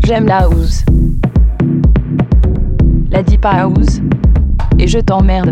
J'aime la house, la deep house, et je t'emmerde.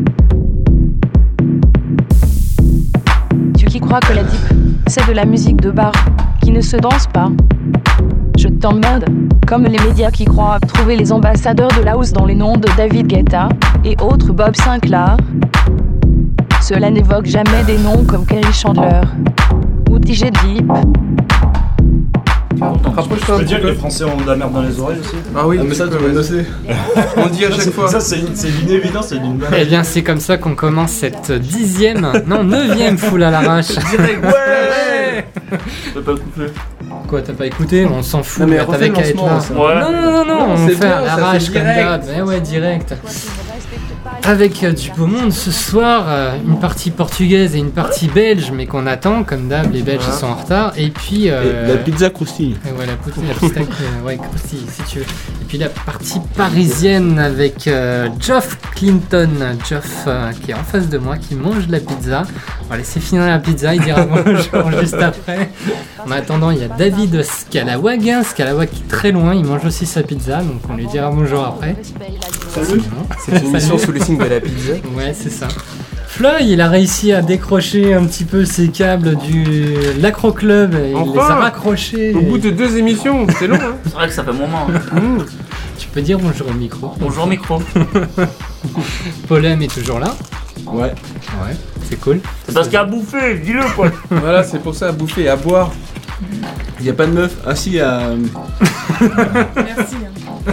Tu qui crois que la deep, c'est de la musique de bar, qui ne se danse pas. Je t'emmerde, comme les médias qui croient trouver les ambassadeurs de la house dans les noms de David Guetta et autres Bob Sinclair. Cela n'évoque jamais des noms comme Kerry Chandler ou DJ Deep. Rapproche-toi un peu. Dire que les Français ont de la merde dans les oreilles aussi. Ah oui, mais ça tu peux le On dit à chaque fois. Ça c'est une évidence, c'est d'une blague. Eh bien c'est comme ça qu'on commence cette 9e foule à l'arrache. Direct, ouais. T'as pas écouté. Quoi, t'as pas écouté? On s'en fout, mais t'avais qu'à être là. Ouais. Non, on c'est fait à bien, ça, l'arrache c'est comme direct. d'hab. Eh ouais, direct. Avec du beau monde ce soir, une partie portugaise et une partie belge, mais qu'on attend, comme d'hab, les Belges ils sont en retard. Et puis. La pizza croustille. Et ouais, la pizza croustille, si tu veux. Et puis la partie parisienne avec Geoff Clinton, qui est en face de moi, qui mange de la pizza. On va laisser finir la pizza, il dira bonjour juste après. En attendant, il y a David Scalawag qui est très loin, il mange aussi sa pizza, donc on lui dira bonjour après. Salut. C'est une émission sous le signe de la pizza. Ouais, c'est ça. Floy, il a réussi à décrocher un petit peu ses câbles du l'Acro Club et il les a raccrochés. Au bout de 2 émissions, c'est long hein. C'est vrai que ça fait un moment. Tu peux dire bonjour au micro. Bonjour micro. Polem est toujours là. Ouais. C'est cool. C'est parce qu'il a bouffé, dis-le quoi. Voilà, c'est pour ça, à bouffer, à boire. Il y a pas de meuf. Ah si, Merci.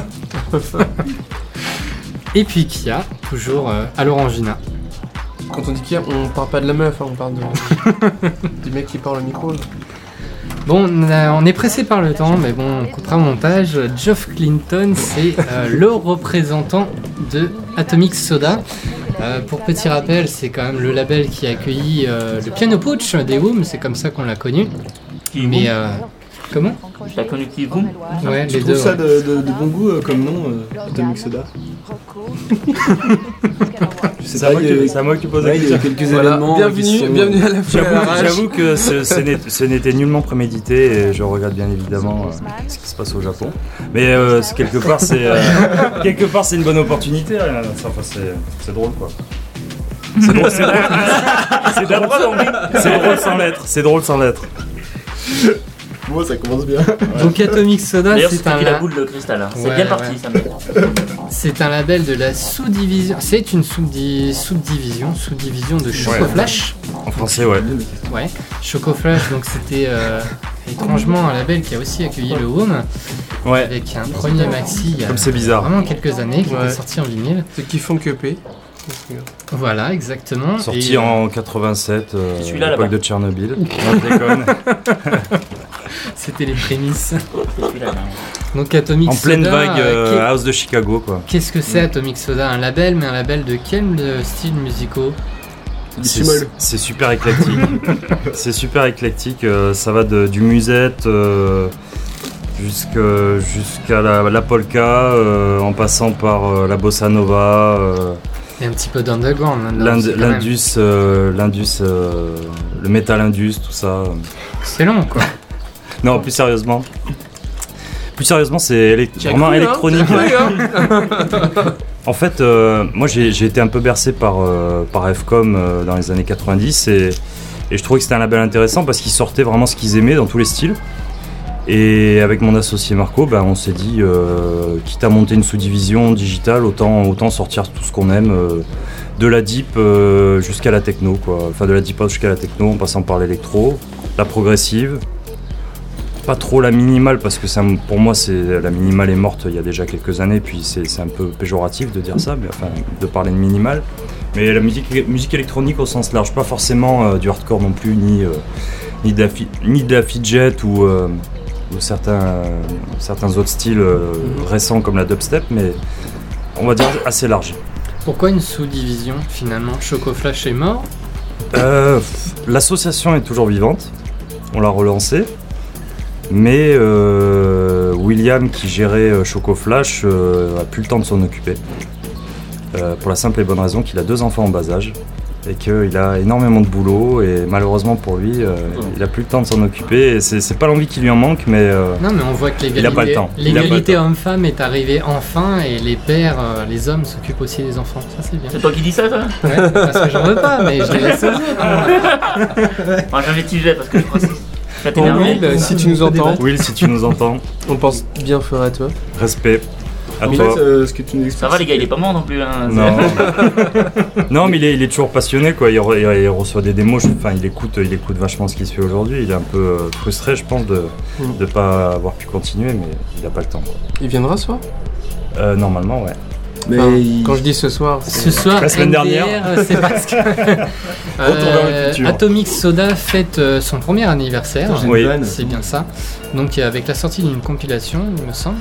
Et puis Kia, toujours à l'Orangina. Quand on dit qu'il y a, on parle pas de la meuf, hein, on parle du mec qui parle au micro. Là. Bon, on est pressé par le temps, mais bon, on coupera au montage. Geoff Clinton, c'est le représentant de Atomic Soda. Pour petit rappel, c'est quand même le label qui a accueilli le Piano Pooch des Woom, c'est comme ça qu'on l'a connu. Mais comment? T'as connu qui vous? Ouais, tu les trouves deux. ça de bon goût comme nom, Atomic Soda? C'est à moi que tu poses la Il y a question. quelques événements. Bienvenue à la foule à l'arrache. J'avoue que ce n'était nullement prémédité et je regrette bien évidemment ce qui se passe au Japon. Mais quelque part c'est une bonne opportunité. Enfin, c'est drôle quoi. C'est drôle sans l'être. C'est drôle sans l'être. Moi ça commence bien. Donc Atomic Soda, D'ailleurs, c'est c'est la boule de cristal. Hein. C'est Ouais, bien parti, ça me c'est un label de la sous-division. C'est une sous-division de Choco Flash. En français, ouais. Ouais, Choco Flash, donc c'était étrangement un label qui a aussi accueilli le Home. Ouais. Avec un premier maxi il y a Comme c'est bizarre. vraiment quelques années qui était sorti en vinyle. C'est qui font que P. Voilà, exactement. Sorti en 87, celui-là, l'époque là-bas. de Tchernobyl. Non, je déconne. C'était les prémices. celui-là. Donc Atomic En Soda. pleine vague House de Chicago, quoi. Qu'est-ce que c'est Atomic Soda? Un label, mais un label de quel style musicaux? C'est super éclectique. C'est super éclectique. Ça va du musette jusqu'à la polka, en passant par la bossa nova. Et un petit peu d'underground. Là, L'indus, le metal indus, tout ça. c'est long, quoi. Non, plus sérieusement, c'est vraiment électronique. En fait, moi j'ai été un peu bercé par Fcom dans les années 90 et je trouvais que c'était un label intéressant parce qu'ils sortaient vraiment ce qu'ils aimaient dans tous les styles. Et avec mon associé Marco, on s'est dit, quitte à monter une sous-division digitale, autant sortir tout ce qu'on aime, de la deep jusqu'à la techno, quoi. Enfin de la deep house jusqu'à la techno, en passant par l'électro, la progressive, pas trop la minimale parce que pour moi la minimale est morte il y a déjà quelques années, puis c'est un peu péjoratif de dire ça, mais enfin de parler de minimale. Mais la musique électronique au sens large, pas forcément du hardcore non plus, ni de la fidget ou certains autres styles récents comme la dubstep, mais on va dire assez large. Pourquoi une sous-division finalement? Choco Flash est mort? L'association est toujours vivante, on l'a relancée, mais William qui gérait Choco Flash a plus le temps de s'en occuper. Pour la simple et bonne raison qu'il a 2 enfants en bas âge et qu'il a énormément de boulot et malheureusement pour lui, il a plus le temps de s'en occuper. Et c'est pas l'envie qui lui en manque, mais Non, mais on voit que il a pas le temps. l'égalité homme-femme est arrivée enfin et les pères, les hommes s'occupent aussi des enfants. Ça, c'est bien. C'est toi qui dis ça, toi? Ouais, parce que j'en veux pas, mais je les laisse au jeu. Moi, jamais de sujet parce que je crois que ça Bon, t'énerve. Will, si tu nous entends, Will, si tu nous entends, on pense bien faire à toi. respect à En toi. fait, ce que tu nous expliques. Ça va, les gars, il est pas mort non plus. Hein. Non, non, mais il est toujours passionné, quoi. Il reçoit des démos. Enfin, il écoute vachement ce qui se fait aujourd'hui. Il est un peu frustré, je pense, de pas avoir pu continuer, mais il a pas le temps, quoi. Il viendra ce soir Normalement, ouais. Mais Enfin, il- Quand je dis ce soir, Ce soir, La semaine NDR, dernière. c'est parce que Retour vers le futur. Atomic Soda fête son premier anniversaire. J'ai une Oui. vanne. C'est bien ça. Donc avec la sortie d'une compilation, il me semble.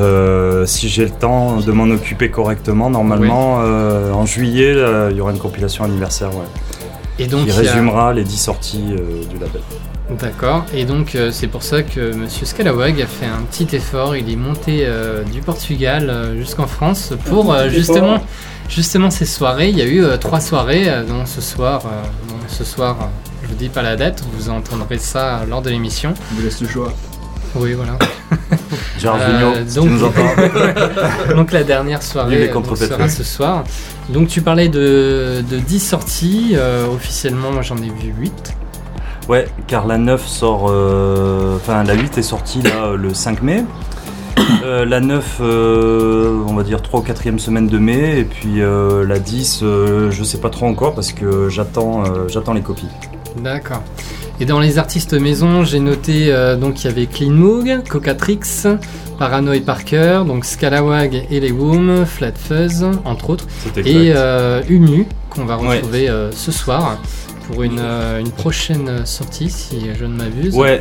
Si j'ai le temps de m'en occuper correctement, normalement, en juillet, là, il y aura une compilation anniversaire, ouais, Et donc qui il y a- résumera les 10 sorties du label. D'accord. Et donc c'est pour ça que Monsieur Scalawag a fait un petit effort. Il est monté du Portugal jusqu'en France pour justement ces soirées. Il y a eu 3 soirées dont ce soir, je vous dis pas la date. Vous entendrez ça lors de l'émission. On vous laisse le choix. Oui, voilà. Gérard Vigneault, si tu donc- nous entends. Donc la dernière soirée Vive les contre donc, sera Pétrus. ce soir. Donc tu parlais de 10 sorties. Officiellement, moi j'en ai vu 8. Ouais, car la 9 sort. Enfin, la 8 est sortie là, le 5 mai. La 9, on va dire 3 ou 4e semaine de mai. Et puis la 10, je sais pas trop encore parce que j'attends les copies. D'accord. Et dans les artistes maison, j'ai noté donc il y avait Clean Moog, Cocatrix, Parano et Parker, donc Scalawag et les Woom, Flat Fuzz, entre autres, C'est exact. et Umu qu'on va retrouver ce soir pour une prochaine sortie si je ne m'abuse. Ouais.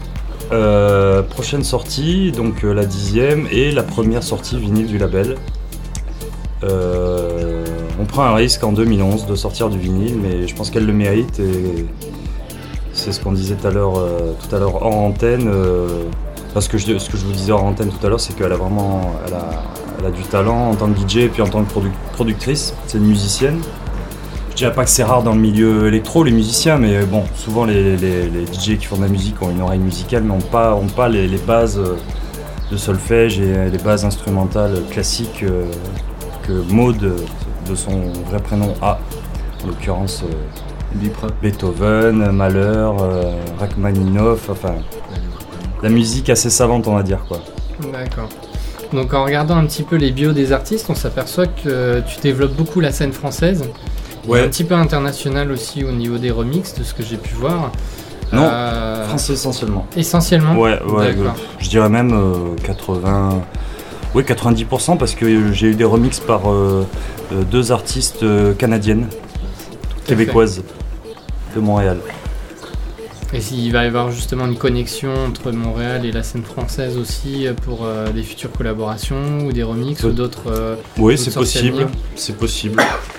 Prochaine sortie, donc la 10e et la première sortie vinyle du label. On prend un risque en 2011 de sortir du vinyle, mais je pense qu'elle le mérite et c'est ce qu'on disait tout à l'heure hors antenne. Parce que ce que je vous disais hors antenne tout à l'heure, c'est qu'elle a vraiment elle a du talent en tant que DJ et puis en tant que productrice. C'est une musicienne. Je dirais pas que c'est rare dans le milieu électro, les musiciens, mais bon, souvent les DJ qui font de la musique ont une oreille musicale, mais ont pas les bases de solfège et les bases instrumentales classiques que Maud, de son vrai prénom, a. En l'occurrence, Beethoven, Mahler, Rachmaninoff, enfin, la musique assez savante, on va dire, quoi. D'accord. Donc en regardant un petit peu les bios des artistes, on s'aperçoit que tu développes beaucoup la scène française. Ouais. Et un petit peu international aussi au niveau des remixes, de ce que j'ai pu voir. Non, Français essentiellement. Essentiellement. Ouais, D'accord. je dirais même 90% parce que j'ai eu des remixes par 2 artistes canadiennes, québécoises, de Montréal. Et s'il va y avoir justement une connexion entre Montréal et la scène française aussi pour des futures collaborations ou des remixes ou d'autres. Oui, d'autres c'est sorties à possible. venir. C'est possible.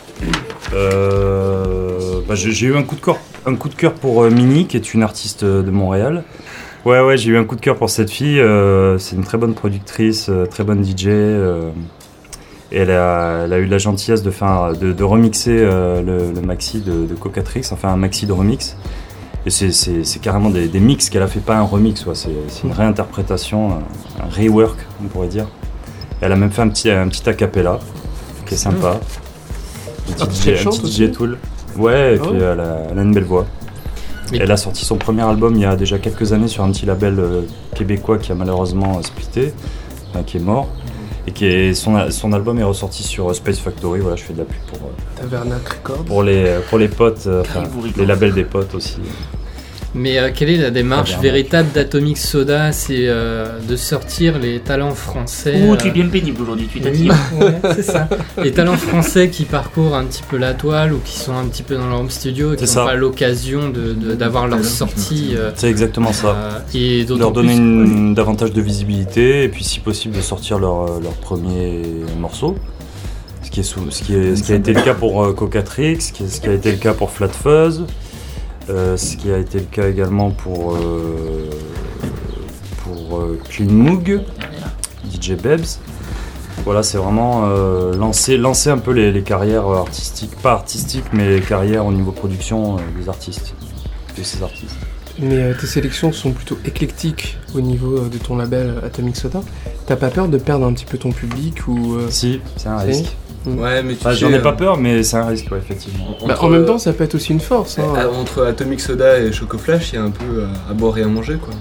J'ai eu un coup de cœur pour Mini, qui est une artiste de Montréal. Ouais, j'ai eu un coup de cœur pour cette fille. C'est une très bonne productrice, très bonne DJ. Et elle a eu la gentillesse de remixer le maxi de Cocatrix, enfin un maxi de remix. Et c'est carrément des mix qu'elle a fait, pas un remix, ouais. C'est une réinterprétation, un rework, on pourrait dire. Et elle a même fait un petit a cappella, qui est sympa. Un petit DJ Tool. Ouais, et puis elle a une belle voix. Mais- Elle a sorti son premier album il y a déjà quelques années sur un petit label québécois qui a malheureusement splitté, qui est mort. Et son album est ressorti sur Space Factory. Voilà, je fais de la pub Tavernac Records. pour les potes, Caribou Records. les labels des potes aussi. Mais quelle est la démarche Tavernac. véritable d'Atomic Soda? C'est de sortir les talents français. Ouh, tu es bien pénible aujourd'hui, tu Oui, t'attires. ouais, c'est ça. Les talents français qui parcourent un petit peu la toile ou qui sont un petit peu dans leur home studio et qui C'est n'ont ça. pas l'occasion d'avoir leur sortie. C'est exactement ça. Et d'autant Leur donner plus, davantage de visibilité et puis si possible de sortir leur premier morceau. Ce qui a été le cas pour Cocatrix, ce qui a été le cas pour Flat Fuzz, ce qui a été le cas également pour Clean Moog, DJ Bebs. Voilà, c'est vraiment lancer un peu les carrières artistiques, pas artistiques, mais les carrières au niveau production des artistes, de ces artistes. Mais tes sélections sont plutôt éclectiques au niveau de ton label Atomic Soda. T'as pas peur de perdre un petit peu ton public ou Si, c'est un risque. Ouais, mais tu sais, J'en ai pas peur, mais c'est un risque, ouais, effectivement. En même temps, ça peut être aussi une force. Hein. Entre Atomic Soda et Choco Flash, il y a un peu à boire et à manger, quoi.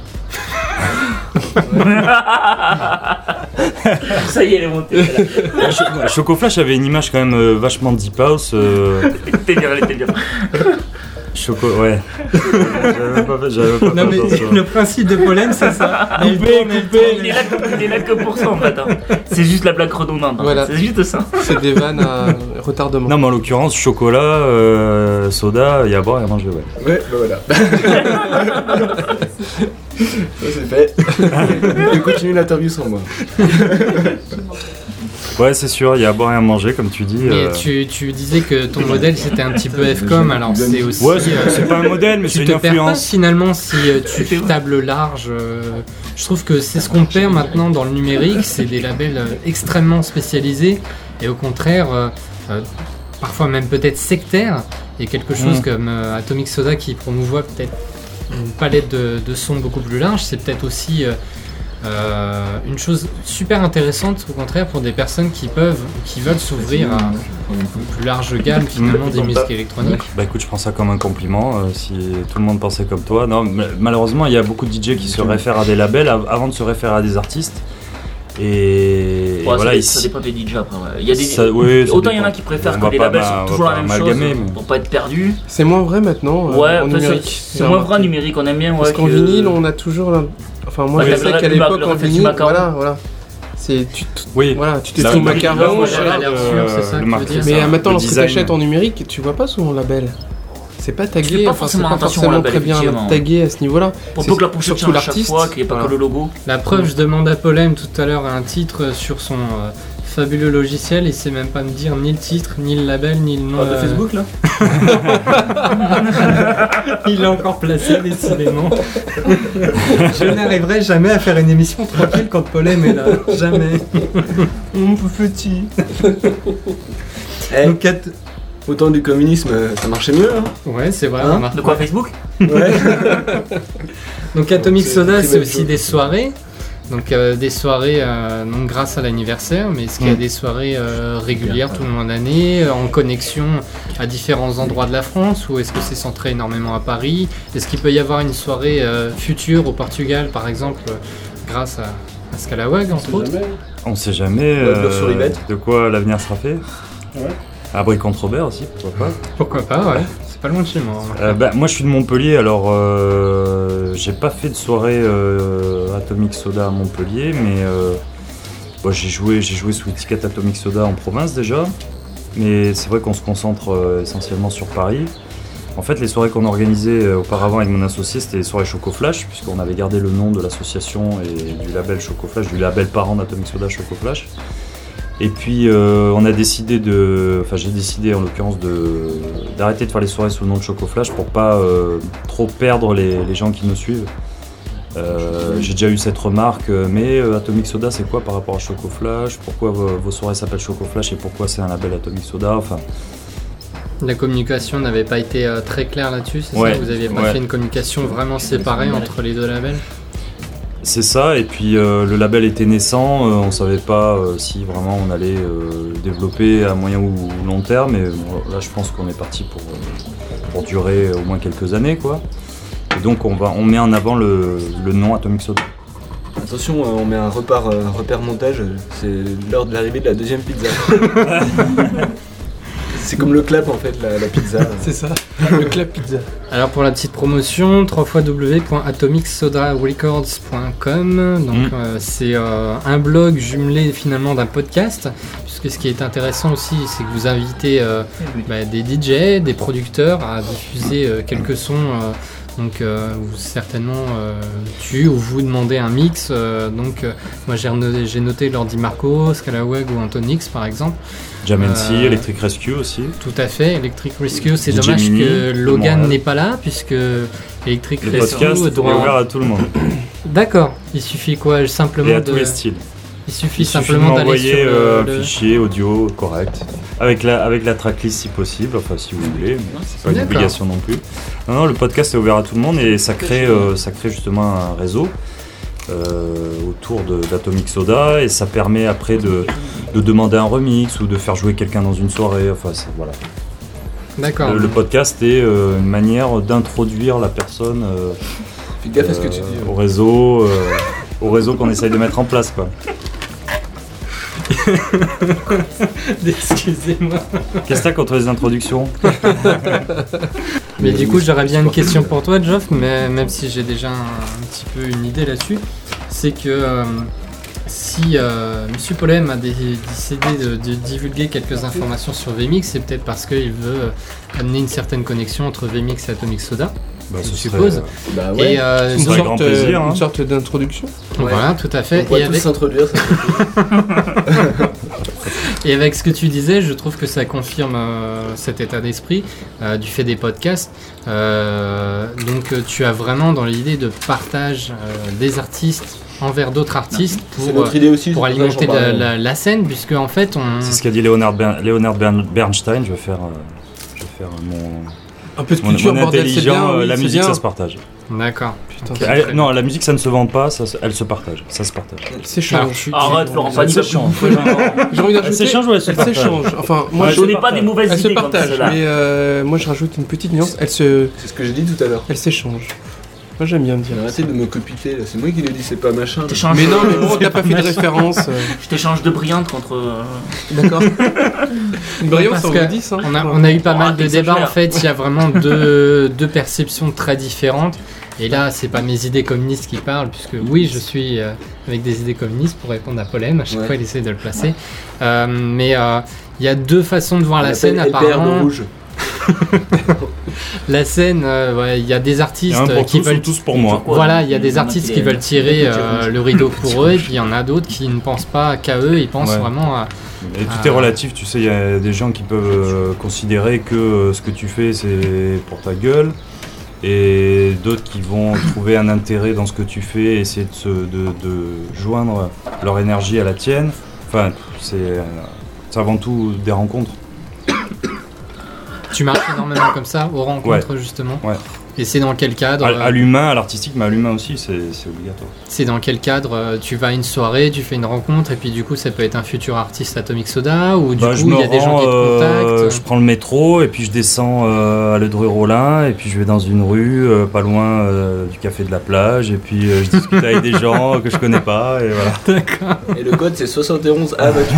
Ça y est, elle est montée. Choco Flash avait une image quand même vachement deep house. Elle était bien. Choco, ouais. J'avais pas Non, mais attention. le principe de Pollen, c'est ça. Elle tourne, elle tourne, Il est là que pour ça en fait. Hein. C'est juste la blague redondante. Hein. Voilà. C'est juste ça. C'est des vannes à retardement. Non, mais en l'occurrence, chocolat, soda, il y a à boire et à manger, ouais. Ouais, bah voilà. Ça c'est fait. Je vais continuer l'interview sans moi. Ouais, c'est sûr, il y a à boire et à manger, comme tu dis. Mais tu disais que ton modèle c'était un petit peu FCOM, alors c'est aussi. Ouais, c'est pas un modèle, mais c'est Tu une te perds pas influence. finalement si tu tables large. Je trouve que c'est ce qu'on perd maintenant dans le numérique, c'est des labels extrêmement spécialisés et au contraire, parfois même peut-être sectaires. Et quelque chose comme Atomic Soda qui promouvoit peut-être une palette de sons beaucoup plus large, c'est peut-être aussi une chose super intéressante au contraire pour des personnes qui veulent s'ouvrir à une plus large gamme finalement des musiques électroniques. Bah écoute, je prends ça comme un compliment, si tout le monde pensait comme toi. Non, malheureusement, il y a beaucoup de DJ qui se réfèrent à des labels avant de se référer à des artistes. Et Ouais, voilà, ça dépend des DJ après. Ouais. Il y a des... oui, ça Autant il y en dépend. a qui préfèrent On que va les pas labels sont toujours la même chose amalgamer, mais- pour pas être perdus. C'est moins vrai maintenant Ouais, en enfin, numérique. c'est moins vrai en numérique, on aime bien. Parce Ouais, qu'en vinyle, on a toujours. Enfin, moi, Ouais, je le sais qu'à reflet l'époque, du en vinyle, macaron. voilà. C'est Oui, voilà, tu t'es Là, ton là, macaron. là, moi, voilà. j'ai l'air sûr, c'est ça que tu veux dire. Mais ça, maintenant, le lorsque tu design. achètes en numérique, tu vois pas son label. C'est pas Tu fais tagué, pas enfin, c'est forcément pas attention forcément au label, très bien effectivement. tagué à ce niveau-là. Pour C'est peu que la pochette surtout change à chaque l'artiste. fois, qu'il n'y ait pas Voilà. que le logo. La preuve, je demande à Polem tout à l'heure un titre sur son fabuleux logiciel, il sait même pas me dire ni le titre, ni le label, ni le nom De Facebook là. Il l'a encore placé, décidément. Je n'arriverai jamais à faire une émission tranquille quand Polem est là. Jamais. Mon petit. Donc, Au temps du communisme, ça marchait mieux, hein. ouais, c'est vrai. Hein remarque. De quoi, Facebook? Ouais. Donc Atomic C'est Soda, très c'est belle aussi chose. des soirées. Donc des soirées non grâce à l'anniversaire, mais est-ce qu'il y a des soirées régulières tout le long de l'année, en connexion à différents endroits de la France, ou est-ce que c'est centré énormément à Paris? Est-ce qu'il peut y avoir une soirée future au Portugal, par exemple, grâce à Scalawag, entre autres? on sait jamais beurre sur Yvette. de quoi l'avenir sera fait. Ouais. Abri contre Robert aussi, pourquoi pas. Pourquoi pas, ouais. C'est pas loin de chez moi. Moi je suis de Montpellier, alors j'ai pas fait de soirée Atomic Soda à Montpellier, mais j'ai joué sous l'étiquette Atomic Soda en province déjà, mais c'est vrai qu'on se concentre essentiellement sur Paris. En fait, les soirées qu'on organisait auparavant avec mon associé, c'était les soirées Choco Flash, puisqu'on avait gardé le nom de l'association et du label Choco Flash, du label parent d'Atomic Soda Choco Flash. Et puis on a décidé j'ai décidé en l'occurrence d'arrêter de faire les soirées sous le nom de Choco Flash pour pas trop perdre les gens qui nous suivent. J'ai déjà eu cette remarque, mais Atomic Soda c'est quoi par rapport à Choco Flash? Pourquoi vos soirées s'appellent Choco Flash et pourquoi c'est un label Atomic Soda? Enfin, La communication n'avait pas été très claire là-dessus, c'est Ouais, ça? Vous n'aviez pas ouais. fait une communication vraiment séparée entre les deux labels? c'est ça, et puis le label était naissant, on savait pas si vraiment on allait développer à moyen ou long terme, et bon, là je pense qu'on est parti pour durer au moins quelques années, quoi. Et donc on met en avant le nom Atomic Soda. Attention, on met un repère montage, c'est l'heure de l'arrivée de la deuxième pizza. C'est comme le clap en fait, la pizza. C'est ça, le clap pizza. Alors pour la petite promotion, www.atomicsodarecords.com. Donc c'est un blog jumelé finalement d'un podcast, puisque ce qui est intéressant aussi, c'est que vous invitez des DJ, des producteurs à diffuser quelques sons. Donc ou certainement tu ou vous demandez un mix. Moi j'ai noté Lordi Marco, Scalawag ou Antonix par exemple. Jamency, Electric Rescue aussi. Tout à fait, Electric Rescue, c'est DJ dommage Mini, que de Logan Montréal. n'est pas là, puisque Electric Le Rescue podcast est doit... ouvert à tout le monde D'accord, il suffit quoi et simplement à de... tous les styles. Il suffit Il suffit de simplement d'aller m'envoyer sur un fichier audio correct, avec la tracklist si possible, enfin si vous voulez, mais c'est pas une D'accord. obligation non plus. Non, le podcast est ouvert à tout le monde et ça crée justement un réseau autour d'Atomic Soda et ça permet après de demander un remix ou de faire jouer quelqu'un dans une soirée, enfin voilà. D'accord. Le podcast est une manière d'introduire la personne Fais gaffe à ce que tu dis. au réseau qu'on essaye de mettre en place, quoi. Excusez-moi. Qu'est-ce que t'as contre les introductions? Mais du coup, j'aurais bien une question pour toi, Geoff, mais même si j'ai déjà un petit peu une idée là-dessus, c'est que si Monsieur Polem a décidé de divulguer quelques informations sur VMix, c'est peut-être parce qu'il veut amener une certaine connexion entre VMix et Atomic Soda, Bah, je ce suppose. Bah Et ouais. Une serait sorte, grand plaisir, hein. une sorte d'introduction. voilà, tout à fait. On pourrait Et tous avec, s'introduire, ça et avec ce que tu disais, je trouve que ça confirme cet état d'esprit du fait des podcasts. Donc tu as vraiment dans l'idée de partage des artistes envers d'autres artistes C'est notre idée aussi. pour c'est pour ça que alimenter j'en parle. la scène, puisque en fait on... C'est ce qu'a dit Leonard Bernstein. Je vais faire mon Un peu de culture, bordel, c'est bien. intelligent. Oui, La c'est musique, bien. ça se partage. D'accord. Putain, Ok. c'est- Non, la musique, ça ne se vend pas, elle se partage. Ça se partage. s'échange. Arrête, Florent Pagny, J'ai envie d'ajouter. Elle s'échange ou elle se Elle partage? s'échange. Enfin, moi, Ouais, je... Donnez pas des mauvaises elle se idées comme partage. celle-là. Mais moi, je rajoute une petite nuance. Elle C'est ce que j'ai dit tout à l'heure. s'échange. Moi, j'aime bien dire. Arrêtez de me copiter là, c'est moi qui l'ai dit, c'est pas machin. Je t'échange, Mais non, mais bon, t'as pas fait de référence. je t'échange de brillante contre. D'accord. Une brillante, Parce ça que vaut 10. Hein. on a eu pas Oh, mal de t'exagères. débats en fait, il y a vraiment deux perceptions très différentes. Et là, c'est pas mes idées communistes qui parlent, puisque oui, je suis avec des idées communistes pour répondre à Polem. À chaque Ouais. fois, il essaie de le placer. Mais il y a deux façons de voir On la l'appelle scène LPR de apparemment. rouge. La scène, ouais, il y a des Il y artistes en a un pour qui tous veulent. ou tous pour moi. Pourquoi Voilà, il y a des Il y en a artistes qui qui les- veulent tirer le rideau pour eux, et puis il y en a d'autres qui ne pensent pas qu'à eux, ils pensent Ouais. vraiment à. Et tout est relatif, tu sais, il y a des gens qui peuvent considérer que ce que tu fais, c'est pour ta gueule. Et d'autres qui vont trouver un intérêt dans ce que tu fais, essayer de joindre leur énergie à la tienne. Enfin, c'est avant tout des rencontres. Tu marches énormément comme ça, aux rencontres justement. Ouais. Et c'est dans quel cadre À l'humain, à l'artistique, mais à l'humain aussi, c'est obligatoire. C'est dans quel cadre tu vas à une soirée, tu fais une rencontre, et puis du coup ça peut être un futur artiste Atomic Soda, ou du Bah, je coup il me y a des gens qui te rends, contactent. je prends le métro et puis je descends à Ledru-Rollin et puis je vais dans une rue pas loin du café de la plage et puis je discute avec des gens que je connais pas et voilà. D'accord. Et le code c'est 71 A battu.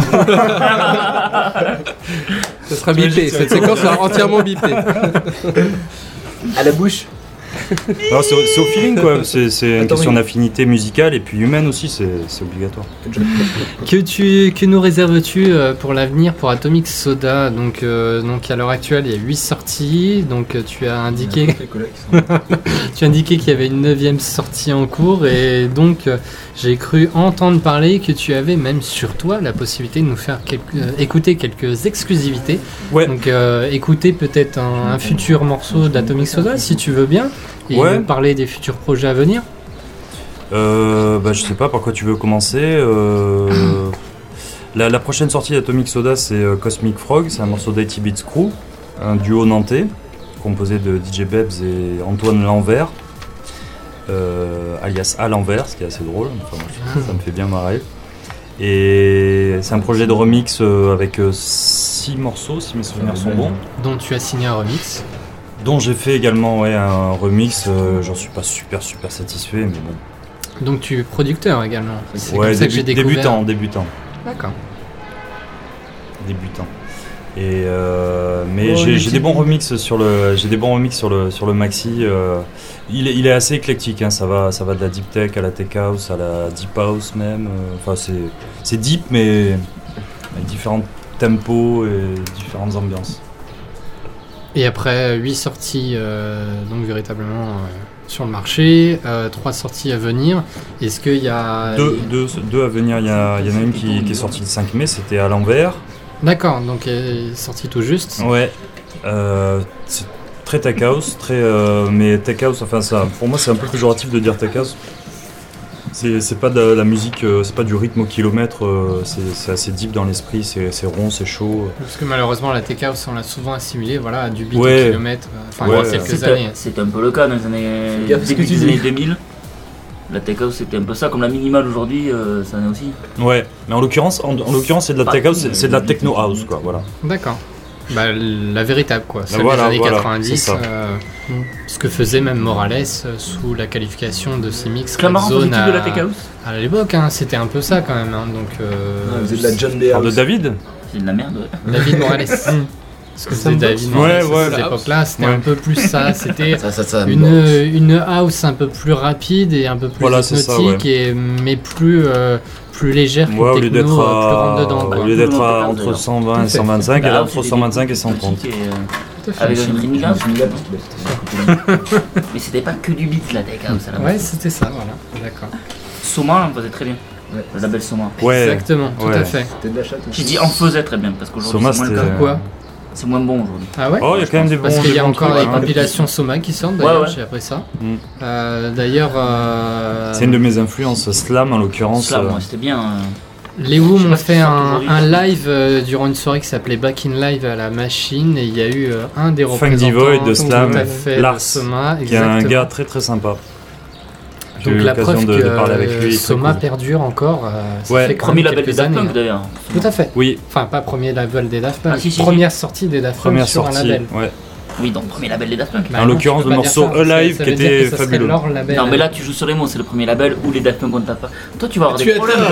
Ça sera bipé. Cette séquence sera entièrement bipée. À la bouche. Non, c'est au feeling quoi, c'est une Attends, question mais- d'affinité musicale et puis humaine aussi, c'est obligatoire. Que nous réserves-tu pour l'avenir pour Atomic Soda? Donc à l'heure actuelle il y a 8 sorties, donc tu as indiqué qu'il y avait une 9e sortie en cours, et donc j'ai cru entendre parler que tu avais même sur toi la possibilité de nous faire écouter quelques exclusivités. Ouais. Donc écouter peut-être un futur morceau d'Atomic Soda si tu veux bien, et Ouais. nous parler des futurs projets à venir. Bah, je sais pas par quoi tu veux commencer. La prochaine sortie d'Atomic Soda, c'est Cosmic Frog, c'est un morceau d'IT Beats Crew, un duo nantais composé de DJ Bebs et Antoine Lanvers, alias A Lanvers, ce qui est assez drôle, enfin, moi, ça me fait bien marrer. Et c'est un projet de remix avec 6 morceaux, si mes souvenirs sont bons, Dont tu as signé un remix. dont j'ai fait également un remix. J'en suis pas super satisfait, mais bon. Donc tu es producteur également. C'est Ouais, comme ça que j'ai découvert. débutant. D'accord. Et mais j'ai des bons remixes sur le maxi. Il est assez éclectique, hein, ça va de la deep tech à la tech house à la deep house même. Enfin c'est deep mais avec différents tempos et différentes ambiances. Et après 8 sorties donc véritablement sur le marché, 3 sorties à venir. Est-ce qu'il y a Deux à venir. Il y en a une qui est sortie le 5 mai, c'était à l'envers. D'accord, donc elle est sortie tout juste. Ouais. C'est très tech house, mais tech house, enfin ça, pour moi c'est un peu péjoratif de dire tech house. C'est pas de la musique, c'est pas du rythme au kilomètre, c'est assez deep dans l'esprit, c'est rond, c'est chaud. Parce que malheureusement, la tech house, on l'a souvent assimilé à du beat Ouais. au kilomètre. Enfin, Ouais. il y a quelques années. C'était un peu le cas dans les années, gaffe à ce début que tu des dis. années 2000. La tech house c'était un peu ça, comme la minimale aujourd'hui, ça en est aussi. Ouais, mais en l'occurrence, c'est de la Pas tech house, tout, c'est de la mais techno house, quoi, voilà. D'accord. Bah, la véritable, quoi. Celle voilà, des années voilà, 90. c'est ça. Ce que faisait même Morales sous la qualification de ces mix Clamaran faisait Zone de la tech house. à l'époque, hein, c'était un peu ça quand même. Hein, donc, Vous êtes de la John Tu Day parles de House. David? C'est de la merde, ouais. David Morales. Ce que faisait David Morales Ouais, à cette la époque-là, c'était Ouais. un peu plus ça. C'était Ça une house un peu plus rapide et un peu plus Voilà, c'est ça, hypnotique, mais plus légère que Ouais, au lieu techno, d'être plus rentre dedans. Quoi. au lieu d'être Tout le monde à peut entre faire, 120 et Tout 125, elle est Là, entre c'était 125 des et 130. petites Tout à fait. avec un Trinity Ah, c'est une gamme. Mais c'était pas que du beat la tech house à la Ouais, base. c'était ça, voilà. D'accord. Soma en faisait très bien. Ouais. Le label Soma. Ouais, Exactement, tout ouais. à fait. C'était de la chatte J'ai aussi. dit en faisait très bien parce qu'aujourd'hui Soma, c'est moins le c'était- cas. Quoi C'est moins bon aujourd'hui. Ah ouais Oh, il y a quand même des bons. Parce qu'il y des a bons encore trucs, des hein. compilations Soma qui sortent, d'ailleurs, Ouais, ouais. j'ai appris ça. Mm. D'ailleurs, C'est une de mes influences, Slam en l'occurrence. Ça, moi, c'était bien. les Je Woom sais ont pas si fait ça sort aujourd'hui. un live durant une soirée qui s'appelait Back in Live à la machine et il y a eu un des Funk représentants Divoid de Slam, tout à fait, Lars, de Soma, qui est un exactement. gars très très sympa. J'ai Donc eu la l'occasion preuve de parler avec que lui. très Soma cool. perdure encore, ça Ouais. fait quand Premier même label des quelques Daft années. Punk hein. d'ailleurs. Tout à fait. Oui, Enfin, pas premier label des Daft Punk, Ah, si, première sortie des Daft Punk première sur un sortie. label. Ouais. Oui, donc premier label des Daft Punk. Bah En non, l'occurrence, tu peux le pas dire morceau ça. Alive Ça qui veut dire était que ça serait fabuleux. leur label. Non mais là tu joues sur les mots, c'est le premier label où les Daft Punk on ne tape pas. Toi tu vas avoir Tu des es problèmes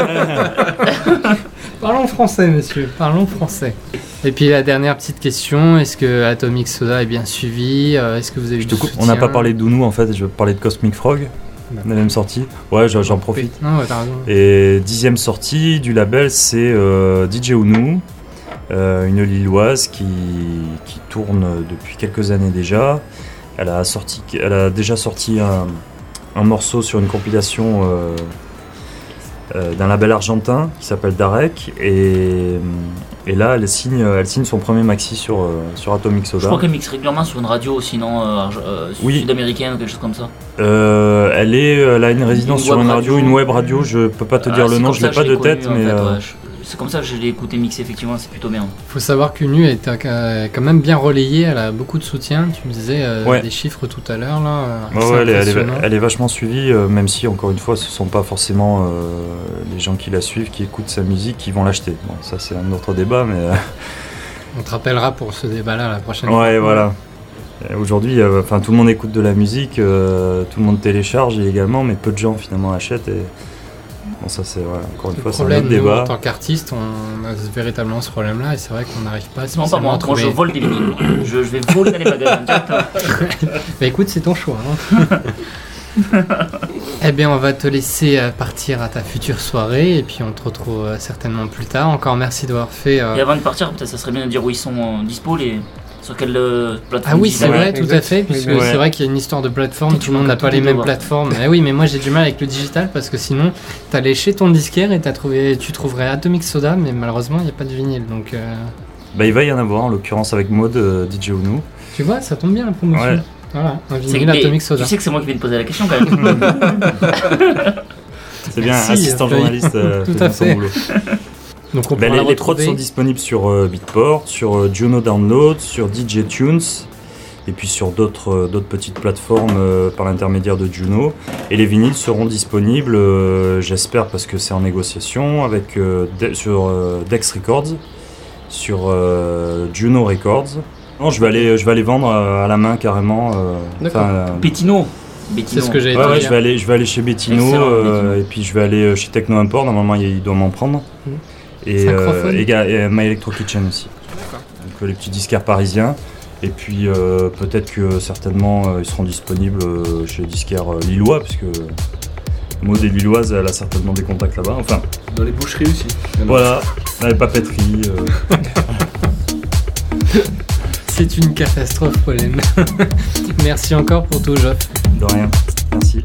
toi. Parlons français, monsieur, parlons français. Et puis la dernière petite question, est-ce que Atomic Soda est bien suivi Est-ce que vous avez eu Je te du coupe. soutien On n'a pas parlé d'Unou en fait, je vais parler de Cosmic Frog, la même sortie. Ouais, j'en profite. Non, ouais, t'as raison. Et 10e sortie du label, c'est DJ Unou, une Lilloise qui tourne depuis quelques années déjà. Elle a déjà sorti un morceau sur une compilation d'un label argentin qui s'appelle Darek. Et là, elle signe son premier maxi sur Atomic Je Soda. crois qu'elle mixe régulièrement sur une radio sinon Oui. sud-américaine ou quelque chose comme ça. Elle a une résidence Une sur web une radio, radio. une web radio. Je peux pas te dire Ah, le c'est nom, comme je ça l'ai que pas de l'ai connu, tête, en mais fait, ouais. C'est comme ça que je l'ai écouté mixer effectivement, c'est plutôt bien. Faut savoir qu'Unu est quand même bien relayée, elle a beaucoup de soutien. Tu me disais Ouais. des chiffres tout à l'heure là. ouais, assez ouais, impressionnant. elle est vachement suivie, même si encore une fois, ce sont pas forcément les gens qui la suivent, qui écoutent sa musique, qui vont l'acheter. Bon, ça c'est un autre débat, mais On te rappellera pour ce débat-là la prochaine ouais, fois. voilà. Aujourd'hui, enfin tout le monde écoute de la musique, tout le monde télécharge également, mais peu de gens finalement achètent. Et bon, ça c'est encore une Le fois, c'est un problème, autre nous, en débat. tant qu'artiste, on a véritablement ce problème-là et c'est vrai qu'on n'arrive pas Non pas spécialement moi, à moi trouver. je vole des vinyles. Je vais voler dans les magasins directement. Bah écoute, c'est ton choix. hein. Eh bien, on va te laisser partir à ta future soirée et puis on te retrouve certainement plus tard. Encore merci d'avoir fait. Et avant de partir, peut-être ça serait bien de dire où ils sont dispo, sur quelle plateforme. Ah oui, c'est digitale. vrai, tout à fait, puisque Ouais. c'est vrai qu'il y a une histoire de plateforme, Peut-être tout le monde tu n'a manques pas tout les de mêmes voir. plateformes. Eh oui, mais moi j'ai du mal avec le digital parce que sinon, t'as léché ton disquaire et tu trouverais Atomic Soda, mais malheureusement, il n'y a pas de vinyle. Donc, Bah, il va y en avoir, en l'occurrence avec Maud, DJ Unou. tu vois, ça tombe bien la promotion. Ouais. Voilà, un C'est- vinyle mais Atomic Soda. Tu sais que c'est moi qui viens de poser la question quand même. C'est bien, Merci, assistant Feuille. journaliste, Tout fait à bien son fait. boulot. Donc on Ben, pourra la les prods retrouver. sont disponibles sur Beatport, sur Juno Download, sur DJ Tunes et puis sur d'autres petites plateformes par l'intermédiaire de Juno. Et les vinyles seront disponibles, j'espère, parce que c'est en négociation, sur Dex Records, sur Juno Records. Non, je vais aller vendre à la main carrément. D'accord. Bettino. C'est ce que j'ai Ouais, été ouais, dire. je vais aller chez Bettino, Excellent, Bettino. et puis je vais aller chez Techno Import, normalement il doit m'en prendre. Mhm. Et, Synchrophone. et My Electro Kitchen aussi. D'accord. Donc les petits disquaires parisiens. Et puis peut-être que certainement ils seront disponibles chez les disquaires lillois, puisque Maud est lilloise, elle a certainement des contacts là-bas. Enfin, Dans les boucheries aussi. voilà, dans les papeteries. C'est une catastrophe, Pauline. Merci encore pour tout, Geoff. De rien. Merci.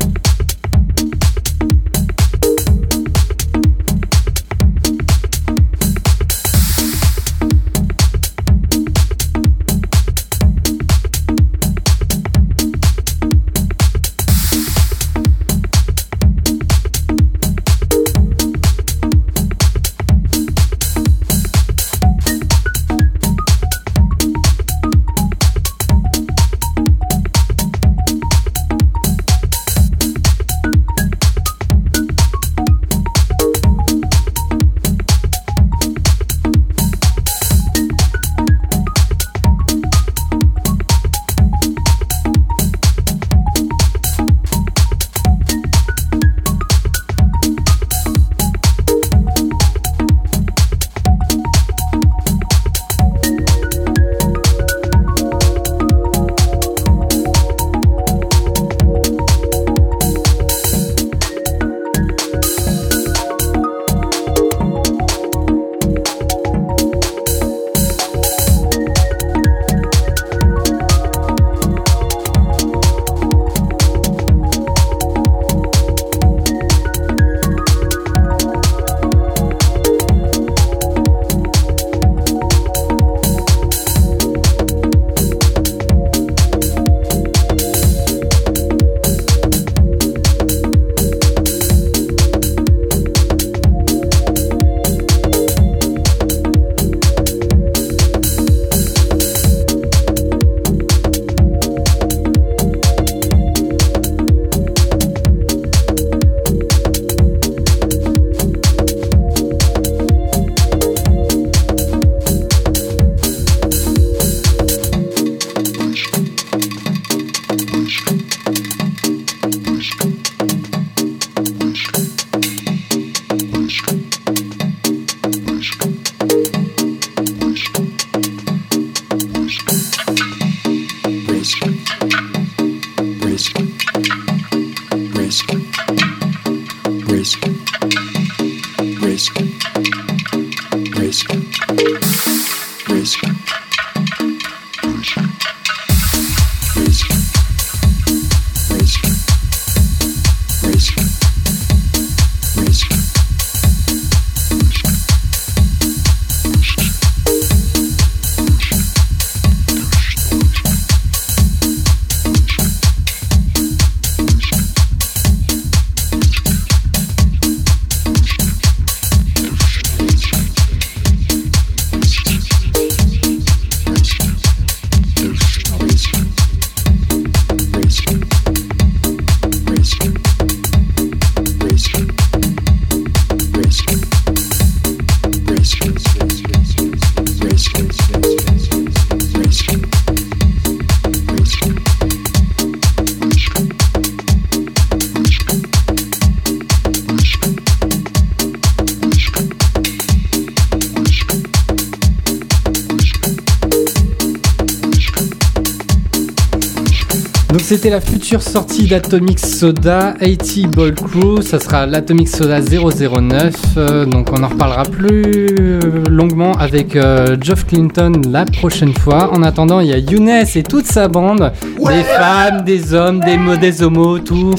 c'était la future sortie d'Atomic Soda 80 Ball Crew, ça sera l'Atomic Soda 009, donc on en reparlera plus longuement avec Geoff Clinton la prochaine fois. En attendant, il y a Younes et toute sa bande, des femmes, des hommes, des homos, tout.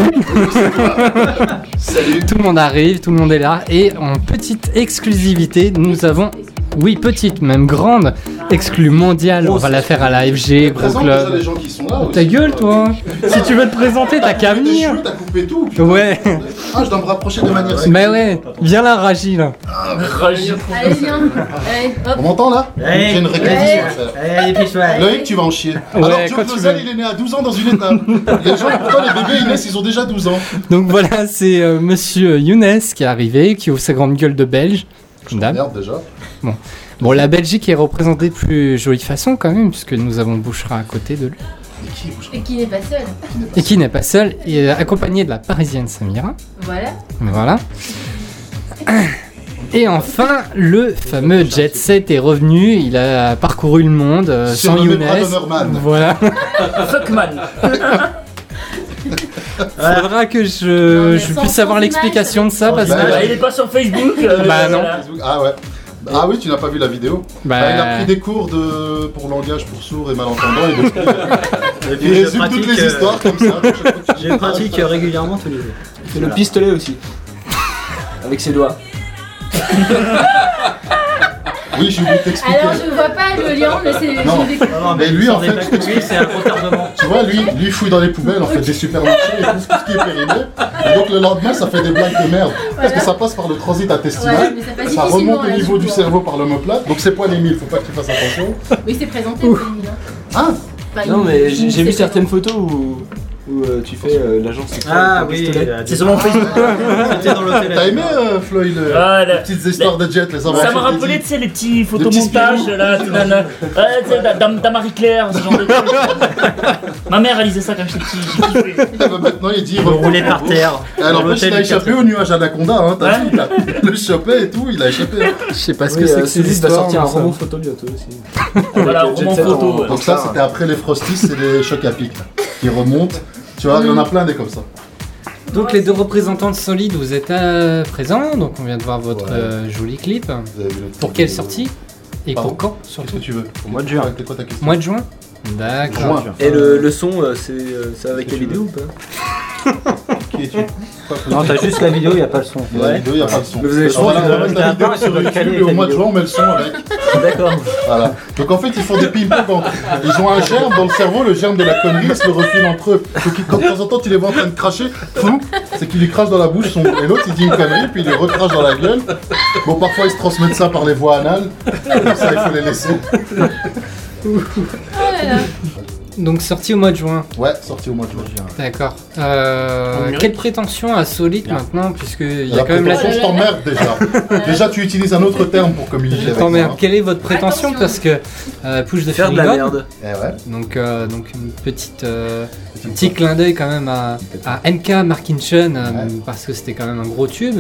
Salut. Tout le monde arrive, tout le monde est là, et en petite exclusivité, nous avons... Oui, petite, même grande, exclue mondiale. On va la faire à la FG, gros Présente déjà les club. gens qui sont là. Ta aussi. gueule, toi. Si tu veux te présenter, t'as qu'à T'as venir. cheveux, t'as coupé tout. putain. Ouais. Ah, je dois me rapprocher de manière. Bah ouais, viens là, Raji, là. Allez, viens. Allez, hop. On m'entend là J'ai une réquisition à faire. Loïc, tu vas en chier. Alors, quand Joe tu Clausel, veux. il est né à 12 ans dans une étape. Les gens, pourtant, les bébés, ils naissent, ils ont déjà 12 ans. Donc voilà, c'est monsieur Younes qui est arrivé, qui ouvre sa grande gueule de belge. Dame. Merde, déjà. Bon, la Belgique est représentée de plus jolie façon quand même, puisque nous avons Bouchra à côté de lui. Mais qui bouge Et qui n'est pas seul. Et qui n'est pas seul, et accompagné de la parisienne Samira. Voilà. Voilà. Et enfin, le fameux Jet Set est revenu. Il a parcouru le monde sans Surnommé Younes. Brad Honorman. Voilà. Fuckman. Faudra que Non, je mais puisse sans avoir image, l'explication de ça parce Bah, que. Il est pas sur Facebook. Bah, non. voilà. Ah ouais. Ah oui, tu n'as pas vu la vidéo. Bah, Il a pris des cours pour langage pour sourds et malentendants et depuis, Et il puis je résume toutes pratique, les histoires comme ça. je pratique régulièrement tous les jours. Il fait le pistolet aussi. Avec ses doigts. Oui, j'ai oublié de t'expliquer. Alors, je vois pas le lien, mais c'est. Non. je découvre. Non, Mais lui, en fait, c'est un retardement. tu vois, lui il fouille dans les poubelles en fait des supermarchés et tout ce qui est périmé. Et donc le lendemain, ça fait des blagues de merde. Parce que ça passe par le transit intestinal. Ouais, mais ça passe Ça difficilement, remonte au là, niveau je du vois. cerveau par l'omoplate. Donc c'est pas les mille, faut pas que tu fasses attention. Oui, c'est présenté, c'est mignon. Ah, Enfin, Non, il- mais il j'ai vu sait certaines pas. photos où tu fais l'agence sexuelle. Ah avec un oui, pistolet. C'est sur mon Facebook. C'était dans l'hôtel. t'as aimé Floyd Ah, les là. petites histoires de jet, les Ça aventures m'a rappelé, d'Eddie. tu sais, les petits photomontages là, tout nana. Ouais, tu sais, dans Marie-Claire, ce genre de trucs. Ma mère, elle lisait ça quand j'étais petit, j'ai kiffé. Ah bah maintenant il dit Il roulait par terre. Alors Dans en plus il l'hôtel a du échappé quatrième. au nuage Anaconda, hein, t'as Ouais. vu, il a le chopé et tout, il a échappé. Je sais pas ce Oui, que c'est que cette Céline va histoire. sortir un moi, ça. roman photo bientôt aussi. Voilà, Avec, roman Jet Set photo. en- Ouais. Donc ça c'était après les Frosties, c'est les chocs à pic là, qui remontent. Tu vois, il y en a plein des comme ça. Donc les deux représentants de Solid, vous êtes présents. Donc on vient de voir votre Ouais. joli clip. Vous avez vu le Pour truc quelle de- sortie et Pardon pour quand Qu'est-ce surtout que tu veux Au mois de juin. C'était quoi ta question Mois de juin. D'accord. Juin. Et le son, c'est avec la vidéo ou pas? Qui es-tu Non, t'as juste la vidéo, il n'y a pas le son. Il y a la vidéo, il n'y a pas le son. Mais vous avez Le son, choisi on de va mettre la vidéo sur YouTube et au mois de juin on met le son avec. D'accord. Voilà. Donc en fait ils font des ping-pong entre eux. Ils ont un germe dans le cerveau, le germe de la connerie, ils se le refilent entre eux. Donc quand de temps en temps tu les vois en train de cracher, fou, c'est qu'ils lui crachent dans la bouche et l'autre il dit une connerie puis il les recrache dans la gueule. Bon parfois ils se transmettent ça par les voies anales, comme ça il faut les laisser. Oh là là. Donc sorti au mois de juin. Ouais, sorti au mois de juin. D'accord. Quelle prétention à Solid maintenant, puisqu'il y a La quand même la prétention, je t'emmerde déjà. Déjà tu utilises un autre terme pour communiquer avec moi. T'emmerdes. Quelle est votre prétention? Attention. Parce que Push de Faire de la Ferigon, merde. Eh ouais. donc une petite un petit clin d'œil quand même à NK Markinchen parce que c'était quand même un gros tube.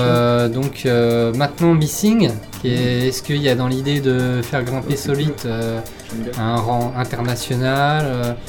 Donc maintenant Missing, est-ce qu'il y a dans l'idée de faire grimper Solid à un rang international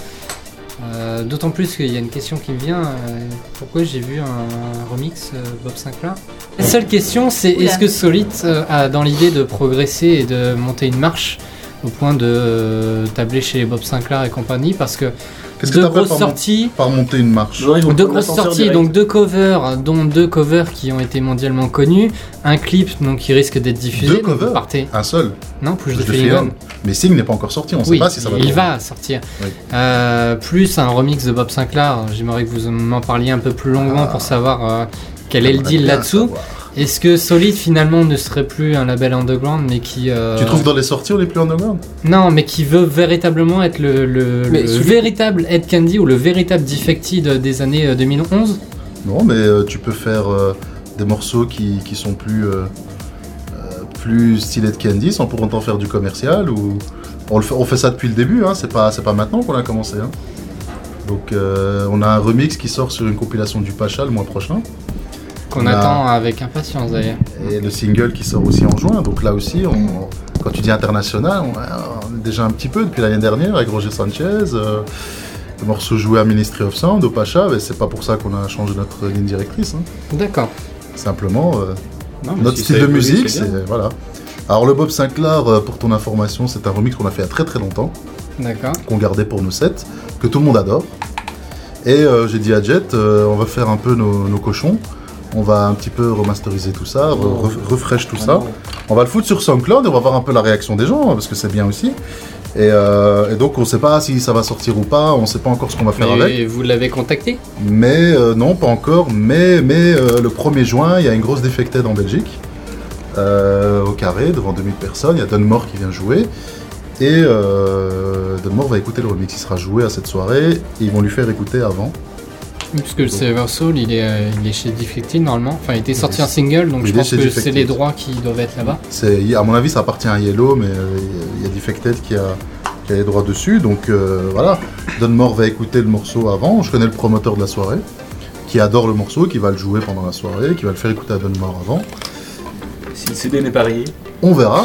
d'autant plus qu'il y a une question qui me vient, pourquoi j'ai vu un remix Bob Sinclair. La seule question c'est Oula. est-ce que Solid a dans l'idée de progresser et de monter une marche au point de tabler chez Bob Sinclair et compagnie, parce que Qu'est-ce que deux t'appelles grosses sorties, par monter une marche? Non, ils vont deux prendre grosses l'ascenseur sorties, direct. donc deux covers, dont deux covers qui ont été mondialement connus, un clip donc qui risque d'être diffusé. Deux donc covers vous partez. Un seul. Non, Push Push the the Feligon. Feligon. Mais Sing n'est pas encore sorti, on sait Oui, pas si ça va il tourner. va sortir. Oui. Plus un remix de Bob Sinclair. J'aimerais que vous m'en parliez un peu plus longuement pour savoir quel est le J'aimerais deal bien là-dessous. savoir. Est-ce que Solid finalement ne serait plus un label underground, mais qui Tu trouves dans les sorties on est plus underground? non, mais qui veut véritablement être Mais le celui- véritable Ed Candy ou le véritable Defected des années 2011? Non, mais tu peux faire des morceaux qui sont plus stylés de Candy sans pour autant faire du commercial. Ou on fait ça depuis le début, hein, c'est pas maintenant qu'on a commencé. Hein. Donc on a un remix qui sort sur une compilation du Pacha le mois prochain. Qu'on On a- attend avec impatience d'ailleurs. Et le single qui sort aussi en juin. Donc là aussi, quand tu dis international, on est déjà un petit peu depuis l'année dernière avec Roger Sanchez. Le morceau joué à Ministry of Sound, au Pacha, mais c'est pas pour ça qu'on a changé notre ligne directrice. Hein. D'accord. Simplement, Non, mais notre si style ça de évolue, musique, c'est bien. c'est... Voilà. Alors le Bob Sinclair, pour ton information, c'est un remix qu'on a fait il y a très très longtemps, D'accord. qu'on gardait pour nos sets, que tout le monde adore. Et j'ai dit à Jet, on va faire un peu nos cochons, on va un petit peu remasteriser tout ça, refresh tout ça. On va le foutre sur SoundCloud et on va voir un peu la réaction des gens, parce que c'est bien aussi. Et donc on sait pas si ça va sortir ou pas, on sait pas encore ce qu'on va faire avec. Et vous l'avez contacté? Mais non, pas encore. Mais le 1er juin, il y a une grosse Defected en Belgique, au Carré, devant 2000 personnes. Il y a Dunmore qui vient jouer. Et Dunmore va écouter le remix. Il sera joué à cette soirée. Et ils vont lui faire écouter avant. Puisque le Silver Soul, il est chez Defected normalement. Enfin, il était sorti en single, donc Il je est pense chez que Defected. c'est les droits qui doivent être là-bas. À mon avis, ça appartient à Yellow, mais il y a Defected qui a les droits dessus. Donc voilà, Dunmore va écouter le morceau avant. Je connais le promoteur de la soirée, qui adore le morceau, qui va le jouer pendant la soirée, qui va le faire écouter à Dunmore avant. Si le CD n'est pas rayé. On verra.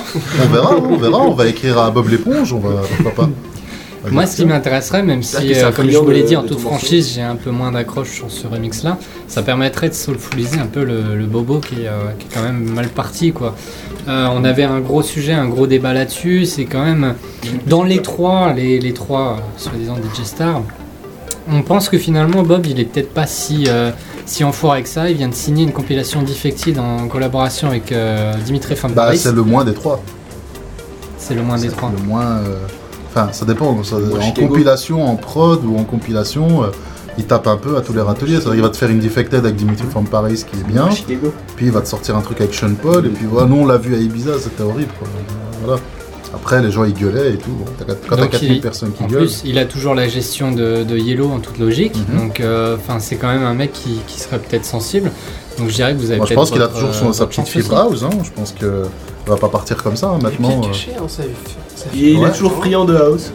On va écrire à Bob l'éponge, pourquoi pas. Moi, ce qui m'intéresserait, même si, C'est-à-dire que c'est un comme je friand vous l'ai de- dit, en de toute ton morceau. franchise, j'ai un peu moins d'accroche sur ce remix-là, ça permettrait de soulfuliser un peu le bobo qui est quand même mal parti, quoi. On avait un gros sujet, un gros débat là-dessus, c'est quand même, dans les trois, soi-disant DJ stars, on pense que finalement, Bob, il est peut-être pas si en foire avec ça, il vient de signer une compilation Defected en collaboration avec Dimitri Van Bah, Parijs. c'est le moins des trois. C'est le moins des trois. Le moins. Enfin, ça dépend. En Chicago. compilation, en prod ou en compilation, il tape un peu à tous les râteliers. C'est-à-dire, il va te faire une Defected avec Dimitri Van Parijs qui est bien. Chicago. Puis il va te sortir un truc avec Sean Paul. Et puis voilà, nous on l'a vu à Ibiza, c'était horrible. Quoi. Voilà. Après, les gens ils gueulaient et tout. Bon, quand t'as Donc, 4000 personnes qui En gueulent. plus, il a toujours la gestion de Yellow en toute logique, Mhm. donc c'est quand même un mec qui serait peut-être sensible. Donc je dirais que vous avez Moi, je peut-être pense qu'il a votre, toujours sa votre petite chance fibre aussi. house. Hein. Je pense qu'il va pas partir comme ça hein, maintenant. Caché, hein, ça Il Ouais. est toujours friand de house.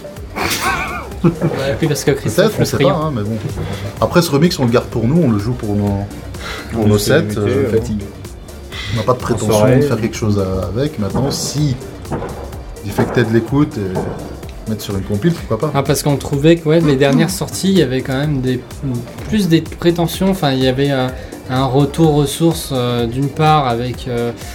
Ouais, puis parce que Christophe Peut-être, on le sait pas, friand. hein, mais bon. Après, ce remix, on le garde pour nous, on le joue pour nos sets. On n'a pas de prétention soirée. de faire quelque chose avec. Maintenant, si Defected l'écoute et mettre sur une compile, pourquoi pas. Ah, parce qu'on trouvait que les dernières sorties, il y avait quand même plus des prétentions. Enfin, il y avait un retour aux sources d'une part avec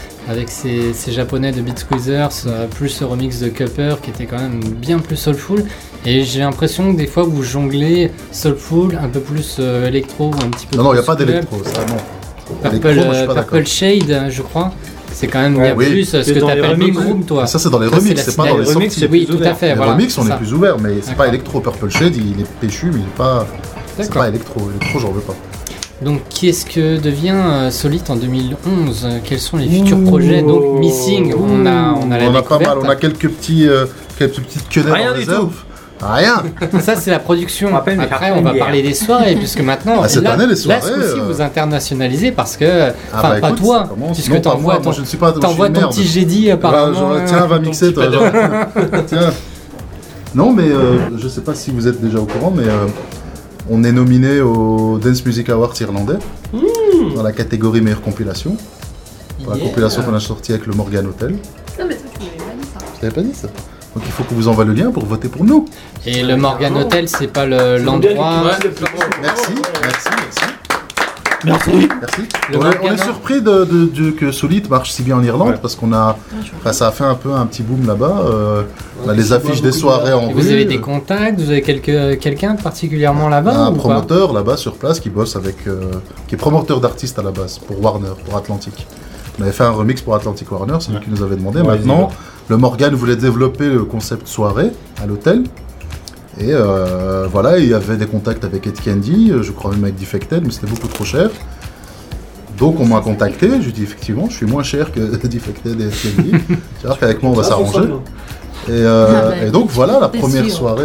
ces japonais de Beat Squeezers, plus ce remix de Cupper qui était quand même bien plus soulful. Et j'ai l'impression que des fois vous jonglez soulful, un peu plus électro, un petit peu Non, il n'y a plus pas club. d'électro, ça non. Purple, Électro, moi, je suis pas d'accord. Purple Shade, je crois. C'est quand même bien oui. plus ce C'est que dans tu les appelles remix. Big Room, toi. Ça, c'est dans les Ça, remix, la c'est pas dans les signature. sorties. Oui, tout à fait. Les voilà, remix, on c'est est ça. plus ouvert, mais c'est D'accord. pas électro. Purple Shade, il est péchu, mais il est pas. C'est D'accord. pas électro. Électro, j'en veux pas. Donc, qu'est-ce que devient Solite en 2011? Quels sont les futurs projets? Donc, Missing, on a la On a pas découverte. mal, on a quelques petites quenelles Rien en du réserve. Rien. Ça, c'est la production. On rappelle, mais Après, Carton on va hier. parler des soirées, puisque maintenant, Ah, cette là, année, les là, soirées, ce coup-ci, vous internationalisez parce que, Ah bah, pas écoute, toi, ça commence. puisque Non, pas t'envoies moi, ton, je ne suis pas. je suis t'envoies une ton merde. petit Jedi apparemment. Tiens, va ton mixer, petit toi. peu Tiens. Non, mais je sais pas si vous êtes déjà au courant, mais on est nominé au Dance Music Awards irlandais dans la catégorie meilleure compilation. Pour la Yeah. compilation qu'on a sortie avec le Morgan Hotel. Non, mais ça, tu m'avais pas dit ça. Je t'avais pas dit ça. Donc il faut qu'on vous envoie le lien pour voter pour nous. Et le Morgan Hotel, c'est pas l'endroit. Merci. Merci. Merci. Le On Morgan, est surpris que Solid marche si bien en Irlande parce qu'on a, ça a fait un peu un petit boom là-bas. On a les affiches des soirées en Et rue. vous avez des contacts, vous avez quelqu'un particulièrement là-bas Un ou pas? promoteur là-bas sur place qui bosse avec, qui est promoteur d'artistes à la base pour Warner, pour Atlantic. On avait fait un remix pour Atlantic Warner, c'est lui qui nous avait demandé. Ouais, Maintenant, le Morgan voulait développer le concept soirée à l'hôtel. Et voilà, il y avait des contacts avec Ed Candy, je crois même avec Defected, mais c'était beaucoup trop cher. Donc on m'a contacté, je lui ai dit effectivement, je suis moins cher que Defected et Ed Candy. C'est-à-dire qu'avec moi on va s'arranger. Et donc voilà, la première soirée.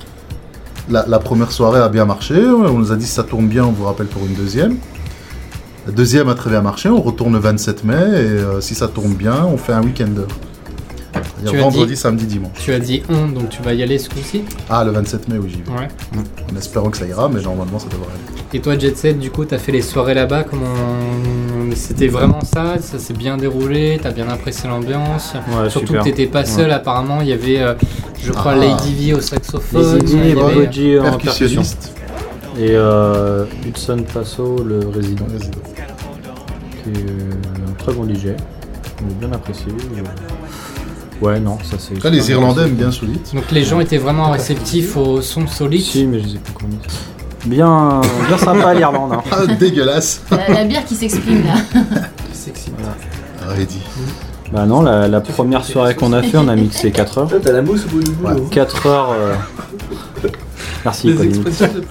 La première soirée a bien marché, on nous a dit si ça tourne bien, on vous rappelle pour une deuxième. La deuxième a très bien marché, on retourne le 27 mai et si ça tourne bien, on fait un week-ender. Tu C'est-à-dire as vendredi, dit- samedi, dimanche. Tu as dit donc tu vas y aller ce coup-ci? Ah, le 27 mai, oui, j'y vais. Ouais. En espérant que ça ira, mais normalement ça devrait aller. Et toi, Jet Set, du coup, t'as fait les soirées là-bas, comment c'était vraiment ça? Ça s'est bien déroulé? T'as bien apprécié l'ambiance? Ouais, Surtout super. que t'étais pas seul, apparemment, il y avait Je crois Lady V au saxophone. Lady V et Boboji en percussion. Percussionniste. Et Hudson Passo, le résident. Qui est un très bon DJ. On est bien apprécié. Ouais, non, ça c'est. Là, les Irlandais aiment bien solide. Donc les gens étaient vraiment réceptifs au son solide. Si, mais je les ai pas connus. Bien sympa l'Irlande. Hein. Ah, dégueulasse. La bière qui s'exprime là. Sexy. Ah, Eddie. Bah non, la première soirée qu'on a fait, on a mixé 4 heures. T'as la mousse au bout du bout. 4 heures. Merci, Pauline.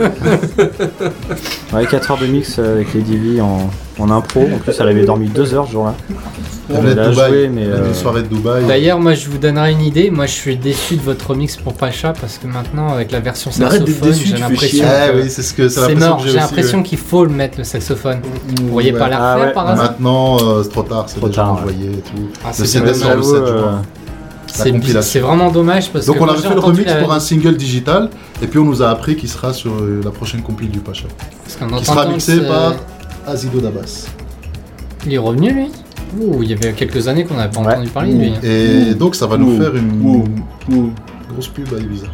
Ouais, 4 heures de mix avec Lady V en impro. En plus, elle avait dormi 2 heures ce jour-là. Elle venait de a Dubaï. joué, mais, Elle venait d'une soirée de Dubaï. D'ailleurs, moi je vous donnerai une idée. Moi je suis déçu de votre remix pour Pacha parce que maintenant, avec la version Mais arrête d'être saxophone, déçu, j'ai tu fais l'impression chier. Ah que oui, c'est c'est l'impression mort. que J'ai aussi, l'impression ouais. qu'il faut le mettre le saxophone. Vous pourriez Ouais. pas la Ah refaire ouais. par hasard? Maintenant, c'est trop tard, c'est Trop déjà tard, ouais. envoyé et tout. Ah, Le c'est CD dommage. sort le 7 J'avoue, juin. C'est vraiment dommage parce Donc que on moi, avait j'ai fait le entendu remix la- pour un single digital et puis on nous a appris qu'il sera sur la prochaine compil du Pacha. parce qu'en Qui sera entendant mixé que par Azido Dabas. il est revenu lui. Ouh, il y avait quelques années qu'on n'avait pas Ouais. entendu parler de lui. Et donc ça va nous faire une Ouh. grosse pub à Ibiza.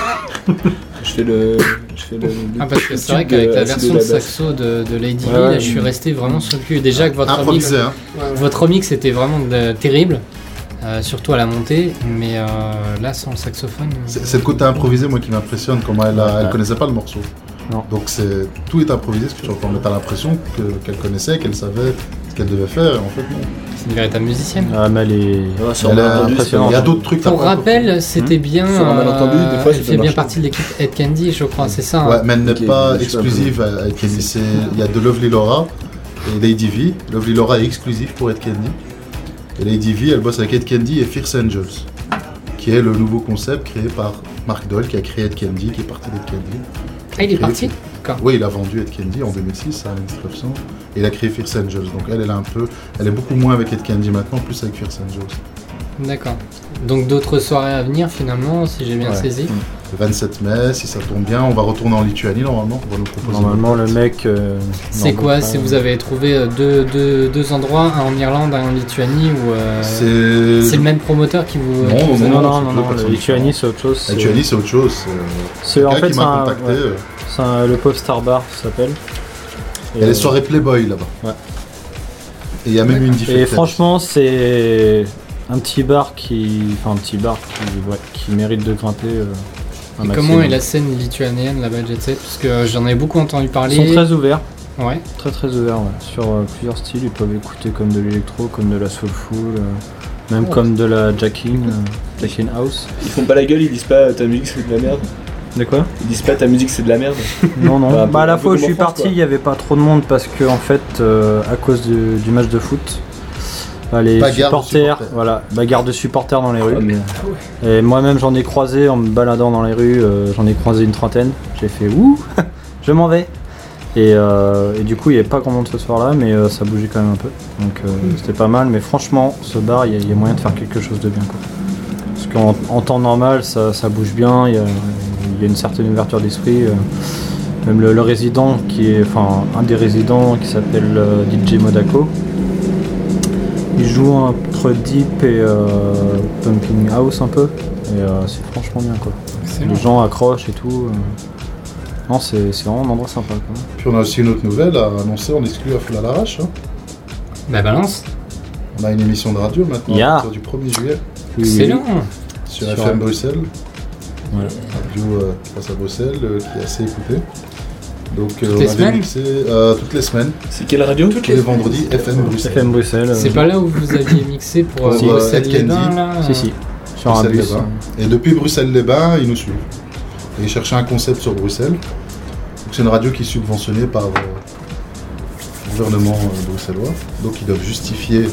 Je fais le. Ah parce que c'est vrai tube qu'avec de la Azido version de Dabas. saxo de Lady V, Ouais, là, je suis resté vraiment sur le cul. Déjà que Improvisé, hein. votre remix était vraiment terrible, surtout à la montée, mais là sans le saxophone. C'est le côté improvisé moi qui m'impressionne, comment elle connaissait pas le morceau. Non. Donc tout est improvisé ce que tu entends, mais t'as l'impression qu'elle connaissait, qu'elle savait ce qu'elle devait faire, et en fait non. C'est une véritable musicienne. Ah, mais elle est. Sur Elle un est malentendu, impressionnante. Il y a d'autres trucs. Pour rappel, c'était bien. Sur un malentendu, des fois, ça elle peut fait bien marcher. partie de l'équipe Ed Candy, je crois, c'est ça. Ouais, Hein. mais elle n'est Ok, pas je sais exclusive à Ed Candy. Il y a de Lovely Laura et Lady V. Lovely Laura est exclusive pour Ed Candy. Et Lady V, elle bosse avec Ed Candy et Fierce Angels, qui est le nouveau concept créé par Mark Doyle, qui a créé Ed Candy, qui est parti d'Ed Candy. Ah, il est parti. Oui, il a vendu Ed Candy en 2006 à Instruction et il a créé Fierce Angels. Donc elle est beaucoup moins avec Ed Candy maintenant, plus avec Fierce Angels. D'accord. Donc d'autres soirées à venir finalement, si j'ai bien Ouais. saisi. Le 27 mai, si ça tombe bien, on va retourner en Lituanie normalement. On va nous proposer. Normalement, le mec. C'est quoi? Si vous avez trouvé deux endroits, un en Irlande, un en Lituanie, ou c'est le même promoteur qui vous. Non, la Lituanie c'est autre chose. La Lituanie c'est autre chose. C'est en fait qui m'a contacté. Le Pop Star Bar, ça s'appelle. Il y a les soirées Playboy là-bas. Ouais. Et il y a même une différence. Et franchement, c'est un petit bar qui mérite de grimper. Et comment est la scène lituanienne là-bas, Jet Set? Parce que j'en ai beaucoup entendu parler. Ils sont très ouverts. Ouais. Très ouverts, ouais. Sur plusieurs styles. Ils peuvent écouter comme de l'électro, comme de la soulful, même comme de la jacking house. Ils font pas la gueule, ils disent pas ta musique c'est de la merde. De quoi? Ils disent pas ta musique c'est de la merde. Non. Bah, À la fois où je suis comme en France, parti, quoi. il n'y avait pas trop de monde parce que en fait, à cause du match de foot, les supporters, bagarre de supporters dans les rues. Et moi-même j'en ai croisé en me baladant dans les rues, j'en ai croisé une trentaine. J'ai fait ouh, je m'en vais. Et du coup il n'y avait pas grand monde ce soir-là, mais ça bougeait quand même un peu. Donc c'était pas mal, mais franchement ce bar il y a moyen de faire quelque chose de bien quoi. Parce qu'en temps normal ça bouge bien, il y a une certaine ouverture d'esprit. Même le résident un des résidents qui s'appelle DJ Modako. Il joue entre deep et pumping house un peu, et c'est franchement bien quoi. Excellent. Les gens accrochent et tout. Non, c'est vraiment un endroit sympa quoi. Puis on a aussi une autre nouvelle à annoncer en exclu à Full à l'arrache. Hein. Bah balance. On a une émission de radio maintenant à partir du 1er juillet. Excellent. Sur FM Bruxelles. Ouais. Radio qui passe à Bruxelles, qui est assez écoutée. Donc les on avait semaines mixé toutes les semaines. C'est quelle radio? Tous les vendredis, FM Bruxelles. FM Bruxelles. C'est pas là où vous aviez mixé pour Bruxelles-les-Bains là? Si. Sur un bus. Bruxelles-les-Bains. Et depuis Bruxelles-les-Bains, ils nous suivent. Et ils cherchaient un concept sur Bruxelles. Donc c'est une radio qui est subventionnée par le gouvernement bruxellois. Donc ils doivent justifier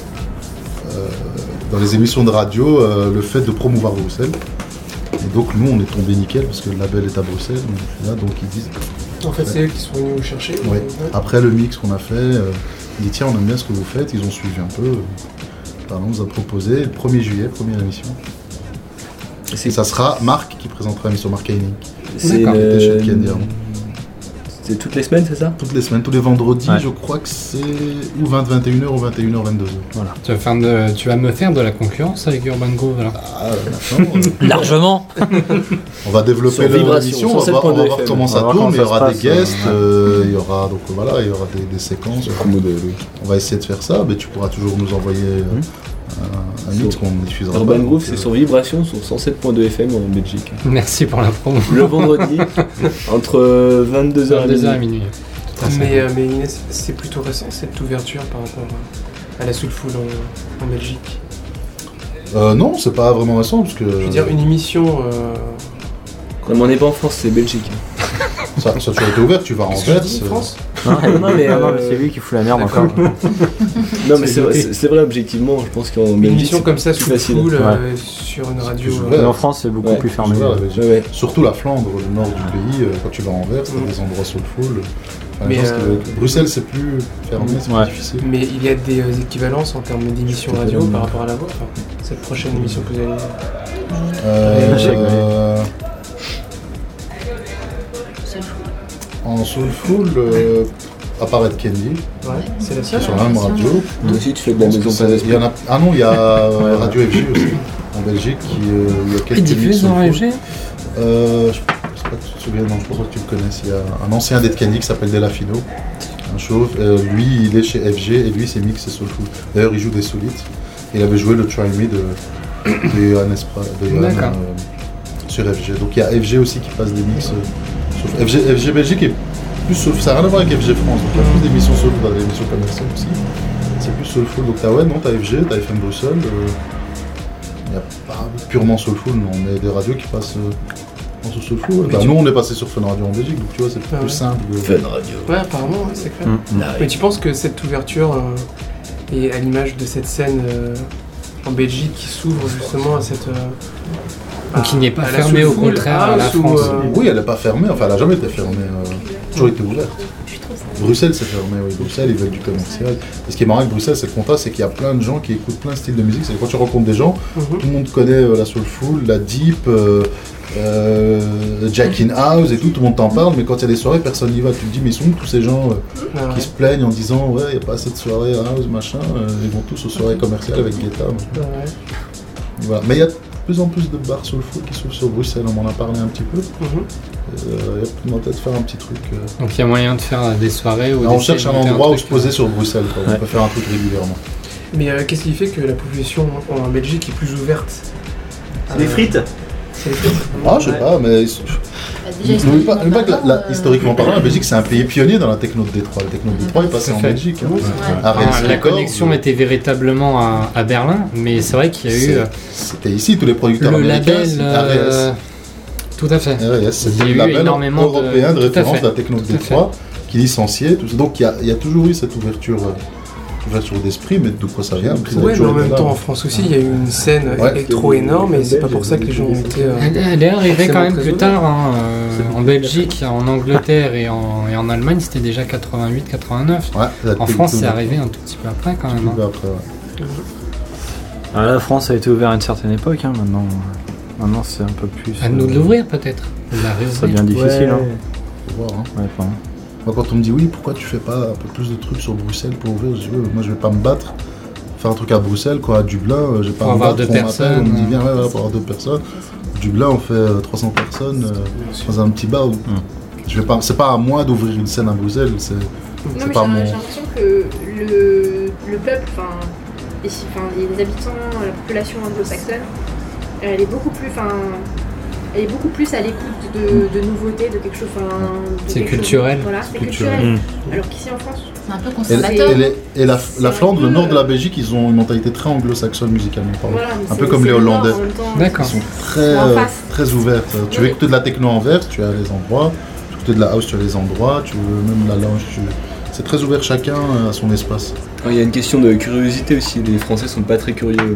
dans les émissions de radio le fait de promouvoir Bruxelles. Et donc nous on est tombé nickel parce que le label est à Bruxelles. Donc ils disent. En fait, c'est eux qui sont venus nous chercher. Ouais. Après le mix qu'on a fait, ils disent tiens, on aime bien ce que vous faites. Ils ont suivi un peu. On nous a proposé le 1er juillet, première émission. Et ça sera Marc qui présentera l'émission, Marc Heining. C'est qui était chez Candy avant. C'est toutes les semaines, c'est ça? Toutes les semaines, tous les vendredis, Ouais. je crois que c'est ou 21h ou 21h, 22h. Voilà. Tu vas me faire de la concurrence avec Urban Groove alors. Ah, maintenant, Largement. on va développer Sur Vibration, l'émission, on va 107.2 voir FM. comment ça On va voir tourne, il y comment ça aura se des passe, guests, il y aura donc voilà, il y aura des séquences. On va essayer de faire ça, mais tu pourras toujours nous envoyer un mix qu'on diffusera. Urban pas, Groove, donc, c'est sur Vibration, sur 107.2 FM en Belgique. Merci pour la promo. Le vendredi, entre 22h et 22h à minuit. minuit. Mais Inès, c'est plutôt récent cette ouverture par rapport à la Soulful en Belgique. non, c'est pas vraiment récent, parce que... Je veux dire, une émission... Non, mais on n'est pas en France, c'est Belgique. Ça a toujours été ouvert, tu vas en Qu'est-ce que je Anvers. dis, France Non, mais c'est lui qui fout la merde D'accord. encore. Non, mais c'est vrai, objectivement, je pense qu'en Une Belgique. émission comme ça, c'est plus facile. Soulful, Ouais. sur une radio... C'est Mais en France, c'est beaucoup Ouais, plus fermé. C'est ouvert, la Belgique. Ouais. Surtout la Flandre, le nord du pays, quand tu vas en Anvers, t'as des endroits soulful. Enfin, Mais, je pense que Bruxelles, c'est plus fermé, c'est Ouais. plus difficile. Mais il y a des équivalences en termes d'émissions radio par rapport à la vôtre. Cette prochaine émission que vous allez... En soulful, apparaît Candy, Ouais, c'est la qui est seule. sur la même radio. Toi aussi, tu fais de la Je pense maison que pas il y en a... Ah non, il y a Radio FG aussi, en Belgique, qui il y a quelques Il diffuse dans mix FG. soulful. Je sais pas que tu te souviens, non, je pense pas que tu le connaisses. Il y a un ancien Dead Candy qui s'appelle Delafino, un chauve. Lui, il est chez FG et lui, ses mix, c'est soulful. D'ailleurs, il joue des solides. Il avait joué le Try Me de Johan D'accord. sur FG. Donc il y a FG aussi qui passe des mix. FG Belgique est plus soulful. Ça n'a rien à voir avec FG France. Donc il y a plus d'émissions soulful dans des émissions commerciales aussi. C'est plus soulful. Donc t'as FG, t'as FM Bruxelles. Il n'y a pas purement soulful, non, mais des radios qui passent en soulful. Bah, nous on est passé sur Fun Radio en Belgique, donc tu vois c'est plus simple. Fun Radio. Ouais, apparemment, ouais, c'est clair. Mais tu penses que cette ouverture est à l'image de cette scène en Belgique qui s'ouvre justement à cette... Donc il n'est pas à la fermé, au Soulful contraire, à la House ou, France. Oui, elle n'est pas fermée, enfin elle n'a jamais été fermée, toujours été ouverte. Bruxelles c'est fermé, oui, Bruxelles ils veulent du commercial. Et ce qui est marrant avec Bruxelles, c'est le contraste, c'est qu'il y a plein de gens qui écoutent plein de styles de musique. C'est que quand tu rencontres des gens, tout le monde connaît la soulful, la deep, Jack in House et tout le monde t'en parle, mais quand il y a des soirées, personne n'y va. Tu te dis, mais ils sont où tous ces gens qui se plaignent en disant, ouais, il n'y a pas assez de soirées house, machin, ils vont tous aux soirées commerciales avec Guetta. Voilà. Mais il y a de plus en plus de bars soulful qui s'ouvrent sur Bruxelles, on m'en a parlé un petit peu. On va peut-être faire un petit truc. Donc il y a moyen de faire des soirées où on cherche un endroit où se poser sur Bruxelles, quoi. On peut faire un truc régulièrement. Mais qu'est-ce qui fait que la population en Belgique est plus ouverte? C'est les frites. C'est les frites. Ah, je sais pas, mais... N'oublie pas que historiquement parlant, la Belgique c'est un pays pionnier dans la techno de Détroit. La techno de Détroit est passée en Belgique. La connexion était véritablement à Berlin, mais c'est vrai qu'il y a eu... C'était ici, tous les producteurs le américains. label... Tout à fait. RS, c'était le label européen de référence de la techno de Détroit qui licenciait. Tout ça. Donc il y a toujours eu cette ouverture d'esprit, mais de quoi ça vient? Ouais, mais en même temps, en France aussi, il y a eu une scène électro énorme, et c'est pas pour ça que les gens ont été... Elle est arrivée quand même plus tard, hein, en Belgique, en Angleterre et en Allemagne, c'était déjà 88-89. Ouais, en France, c'est arrivé un tout petit peu après quand même. La France a été ouverte à une certaine époque, hein, maintenant c'est un peu plus... À nous de l'ouvrir peut-être. Ça devient difficile. Hein. Faut voir, hein. Ouais, moi, quand on me dit oui, pourquoi tu fais pas un peu plus de trucs sur Bruxelles pour ouvrir, je dis moi je vais pas me battre, faire un truc à Bruxelles, quoi, à Dublin, j'ai pas pour à me avoir battre, deux personnes. On me dit viens, pour avoir 2 personnes. Dublin, on fait 300 personnes dans un petit bar. Je vais pas, c'est pas à moi d'ouvrir une scène à Bruxelles, c'est pas mon... J'ai l'impression que le peuple, les habitants, la population anglo-saxonne, elle est beaucoup plus à l'écoute de nouveautés, de quelque chose. C'est culturel. Voilà, c'est culturel. Alors qu'ici en France, c'est un peu conservateur. Et la Flandre, le nord de la Belgique, ils ont une mentalité très anglo-saxonne musicalement parlant. Voilà, un peu comme les Hollandais. D'accord. Ils sont très ouverts. Tu veux écouter de la techno en Anvers, tu as les endroits. Tu veux écouter de la house, tu as les endroits. Tu veux même la lounge, c'est très ouvert chacun à son espace. Il y a une question de curiosité aussi, les Français sont pas très curieux.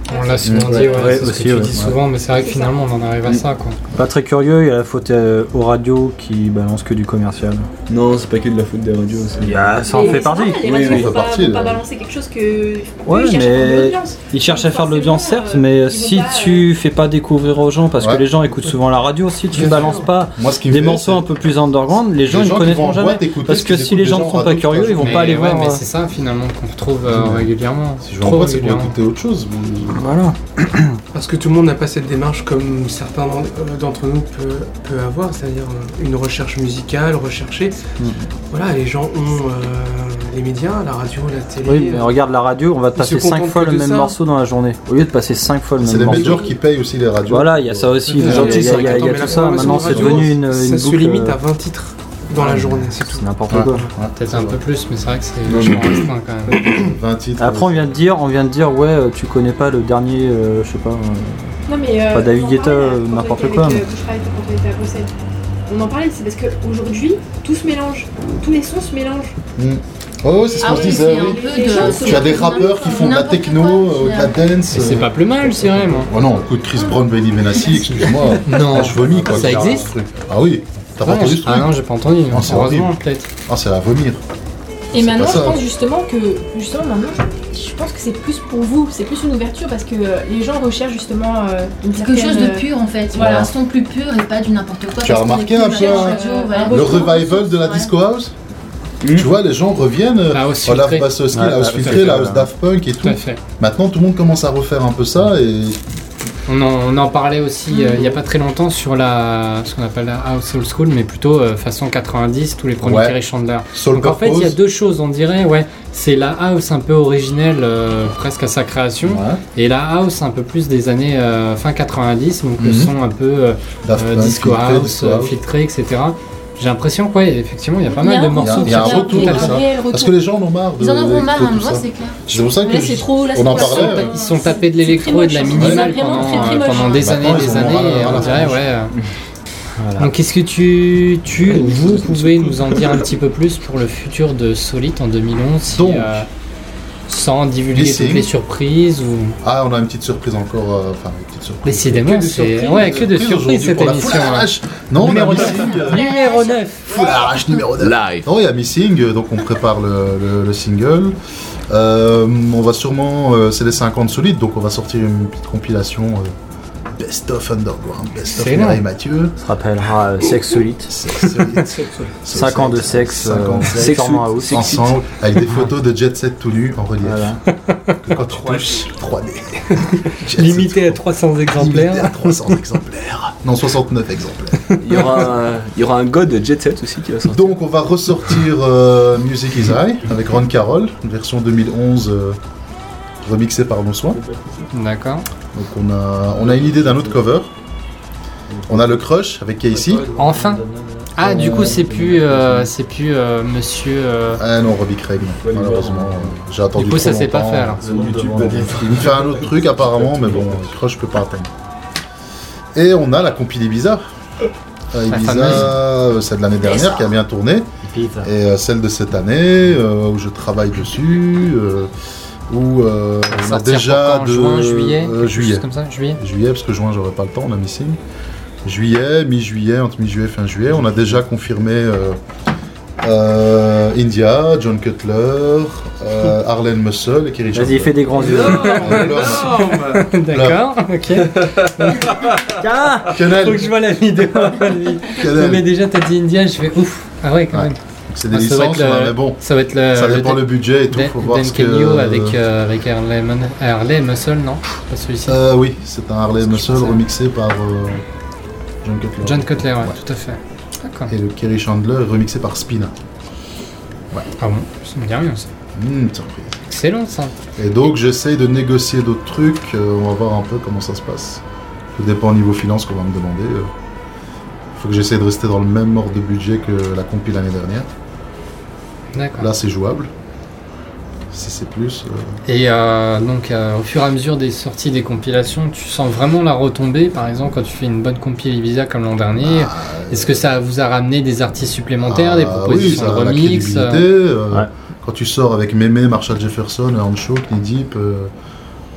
On l'a souvent dit, c'est aussi, ce que tu dis souvent, mais c'est vrai que finalement on en arrive à ça, quoi. Pas très curieux, il y a la faute aux radios qui balancent que du commercial. Non, c'est pas que de la faute des radios aussi. Ça en fait partie. Les radios, faut pas balancer quelque chose que... Ouais, mais ils cherchent à faire de l'audience, certes, mais si tu fais pas découvrir aux gens, parce que les gens écoutent souvent la radio, si tu balances pas des morceaux un peu plus underground, les gens ils connaîtront jamais. Parce que si les gens ne sont pas curieux, ils vont pas aller voir. Mais c'est ça finalement qu'on retrouve régulièrement. Si je vois pas, c'est pour écouter autre chose. Voilà. Parce que tout le monde n'a pas cette démarche comme certains d'entre nous peut avoir, c'est-à-dire une recherche musicale, rechercher. Voilà, les gens ont les médias, la radio, la télé. Oui, mais regarde la radio, on va te passer 5 fois le même morceau dans la journée. Au lieu de passer 5 fois le même morceau. C'est les majors qui payent aussi les radios. Voilà, il y a ça aussi. Il y a tout ça. Maintenant, c'est devenu une boucle. Ça se limite à 20 titres dans la journée, c'est tout. C'est n'importe quoi. Peut-être un peu plus, mais c'est vrai que c'est vachement restreint quand même. 20 titres. Après, on vient de dire, ouais, tu connais pas le dernier, je sais pas. Non, mais. Pas David Guetta, n'importe quoi. Quand on était à Bruxelles. On en parlait, c'est parce qu'aujourd'hui, tout se mélange. Tous les sons se mélangent. Oh, c'est ce qu'on se disait, oui. Tu as des rappeurs qui font de la techno, de la dance. Et c'est pas plus mal, c'est vrai, moi. Oh non, écoute, Chris Brown, Benny Benassi, excuse-moi. Non, je vomis quoi. Ça existe ? Ah oui, t'as pas entendu ce truc ? Ah non, j'ai pas entendu. Heureusement, peut-être. Ah, c'est à vomir. Et maintenant, je pense justement que. Je pense que c'est plus pour vous, c'est plus une ouverture parce que les gens recherchent justement quelque chose de pur en fait, voilà, un son plus pur et pas du n'importe quoi. Tu as remarqué un peu le revival de la disco house ? Tu vois, les gens reviennent, la house Bassowski, la house filtrée, la house Daft Punk et tout. Maintenant, tout le monde commence à refaire un peu ça et... On en parlait aussi il n'y a pas très longtemps sur ce qu'on appelle la House Old School, mais plutôt façon 90, tous les premiers Kerry Chandler. Donc en fait, il y a deux choses, on dirait, c'est la house un peu originelle, presque à sa création, et la house un peu plus des années fin 90, donc le son un peu disco house, filtré, etc. J'ai l'impression effectivement, il y a pas mal de morceaux. Il y a un retour de ça. Parce que les gens en ont marre. Ils en ont marre, moi, c'est clair. C'est pour ça que on en parlait. Ils sont tapés de l'électro et de la minimale pendant des années, et on dirait, Voilà. Donc, qu'est-ce que vous pouvez nous en dire un petit peu plus pour le futur de Solid en 2011 sans divulguer toutes les surprises ou... Ah, on a une petite surprise encore. Enfin, une petite surprise. Décidément, c'est... que de surprises cette émission. Non, numéro 9. Numéro 9. Full Arrache numéro 9. Live. Non, il y a Missing, donc on prépare le single. On va sûrement... c'est les 50 Solides, donc on va sortir une petite compilation... Best of Underground, Best of Mireille Mathieu. Ça se rappellera Sex Solid. 5 ans de sexe, sûrement house. Ensemble, avec des photos de Jet Set tout nu en relief. Voilà. Que quand tu touches, 3D. Limité à 300 exemplaires. Limité à 300 exemplaires. Non, 69 exemplaires. Il y aura un god de Jet Set aussi qui va sortir. Donc on va ressortir Music is High avec Ron Carroll, une version 2011 remixée par Bonsoir. D'accord. Donc on a une idée d'un autre cover. On a le Crush avec Casey. Enfin. Ah, du coup c'est plus Monsieur. Ah non, Robbie Craig. Malheureusement, j'ai attendu. Du coup ça s'est pas fait alors. Il me fait un autre truc apparemment, mais bon, Crush peut pas atteindre. Et on a la compil Ibiza. Ibiza, celle de l'année dernière qui a bien tourné. Et celle de cette année où je travaille dessus. Où on a déjà juillet, comme ça, juillet parce que juin j'aurai pas le temps, on a Missing. Juillet, mi-juillet, entre mi-juillet et fin juillet, on a déjà confirmé India, John Cutler, Arlen Muscle et Kerry Chandler. Vas-y, fais des grands yeux. D'accord, ok. Faut que je vois la vidéo. Mais déjà t'as dit India, je fais ouf. Ah ouais, quand même. C'est des licences, mais bon, ça dépend le budget et tout. Faut voir ce que... avec Harley Muscle, non? Pas celui-ci. Oui, c'est un Harley Muscle remixé par John Cutler. John Cutler, ouais, tout à fait. D'accord. Et le Kerry Chandler est remixé par Spina. Ouais. Ah bon, ça me dit rien ça. Surprise. Excellent ça. Et donc j'essaye de négocier d'autres trucs. On va voir un peu comment ça se passe. Tout dépend au niveau finance qu'on va me demander. Faut que j'essaie de rester dans le même ordre de budget que la compil l'année dernière. D'accord. Là c'est jouable. Si c'est plus. Et donc au fur et à mesure des sorties des compilations, tu sens vraiment la retombée, par exemple quand tu fais une bonne compil Ibiza comme l'an dernier. Est-ce que ça vous a ramené des artistes supplémentaires, des propositions de remix Quand tu sors avec Mémé, Marshall Jefferson, Ancho, Knee Deep,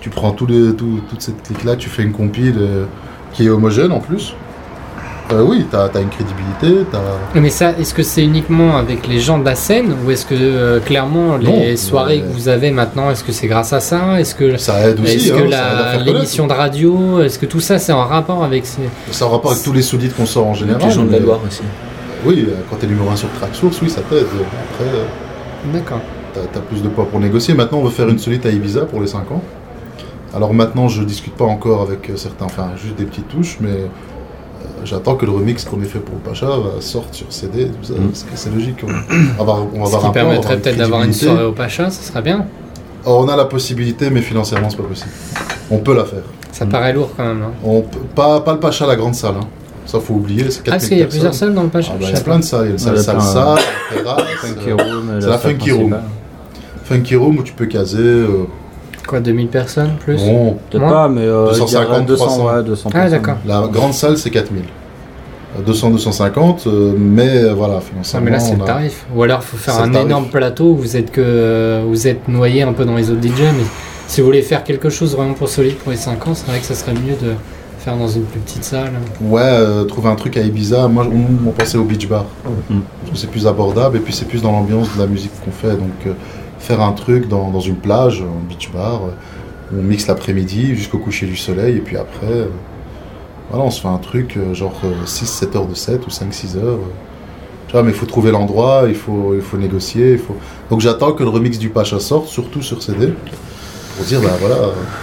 Tu prends toute cette clique-là, tu fais une compile qui est homogène en plus. Oui, t'as une crédibilité. Mais ça, est-ce que c'est uniquement avec les gens de la scène ou est-ce que clairement les soirées que vous avez maintenant, est-ce que c'est grâce à ça? Est-ce que ça aide aussi? Est-ce que l'émission de radio, est-ce que tout ça c'est en rapport avec C'est en rapport avec tous les solides qu'on sort en général. Avec les gens de la Loire aussi. Oui, quand t'es numéro 1 sur Tracksource, oui, ça t'aide. Après, d'accord. T'as plus de poids pour négocier. Maintenant, on veut faire une solide à Ibiza pour les 5 ans. Alors maintenant, je discute pas encore avec certains, enfin juste des petites touches, mais j'attends que le remix qu'on ait fait pour le Pacha sorte sur CD, tout ça, parce que c'est logique. On va ce qui permettrait peut-être d'avoir une soirée au Pacha, ça serait bien. On a la possibilité, mais financièrement, c'est pas possible. On peut la faire. Ça paraît lourd quand même. Pas le Pacha, la grande salle. Hein. Ça, faut oublier. C'est 4000 parce qu'il y a plusieurs salles dans le Pacha. Il y a plein de salles. Il y a une salle la Funky Room. C'est la Funky Room. Funky Room où tu peux caser. Quoi, 2000 personnes plus? Non, peut-être pas, mais 250, 200 personnes. Ah, d'accord. La grande salle, c'est 4000. 200-250, mais voilà, financièrement. Mais là, c'est le tarif. Ou alors, il faut faire un énorme plateau où vous êtes noyé un peu dans les autres DJ, mais si vous voulez faire quelque chose vraiment pour solide pour les 5 ans, c'est vrai que ça serait mieux de faire dans une plus petite salle. Ouais, trouver un truc à Ibiza. Moi, on pensait au beach bar. Parce que c'est plus abordable et puis c'est plus dans l'ambiance de la musique qu'on fait. Donc, faire un truc dans une plage, un beach bar, où on mixe l'après-midi jusqu'au coucher du soleil et puis après, voilà, on se fait un truc genre 6-7 heures de set ou 5-6 heures. Tu vois, mais il faut trouver l'endroit, il faut négocier. Donc j'attends que le remix du Pacha sorte, surtout sur CD, pour dire, bah voilà.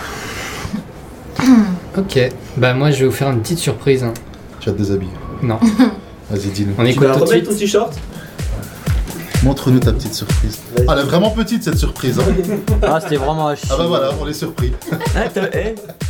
Ok, bah moi je vais vous faire une petite surprise. Hein. Tu vas te déshabiller? Non. Vas-y, dis-nous. On écoute tout de suite. Ton t-shirt? Montre-nous ta petite surprise. Ah, elle est vraiment petite cette surprise. Hein. Ah, c'était vraiment à chier. Ah bah voilà, on est surpris. Ah,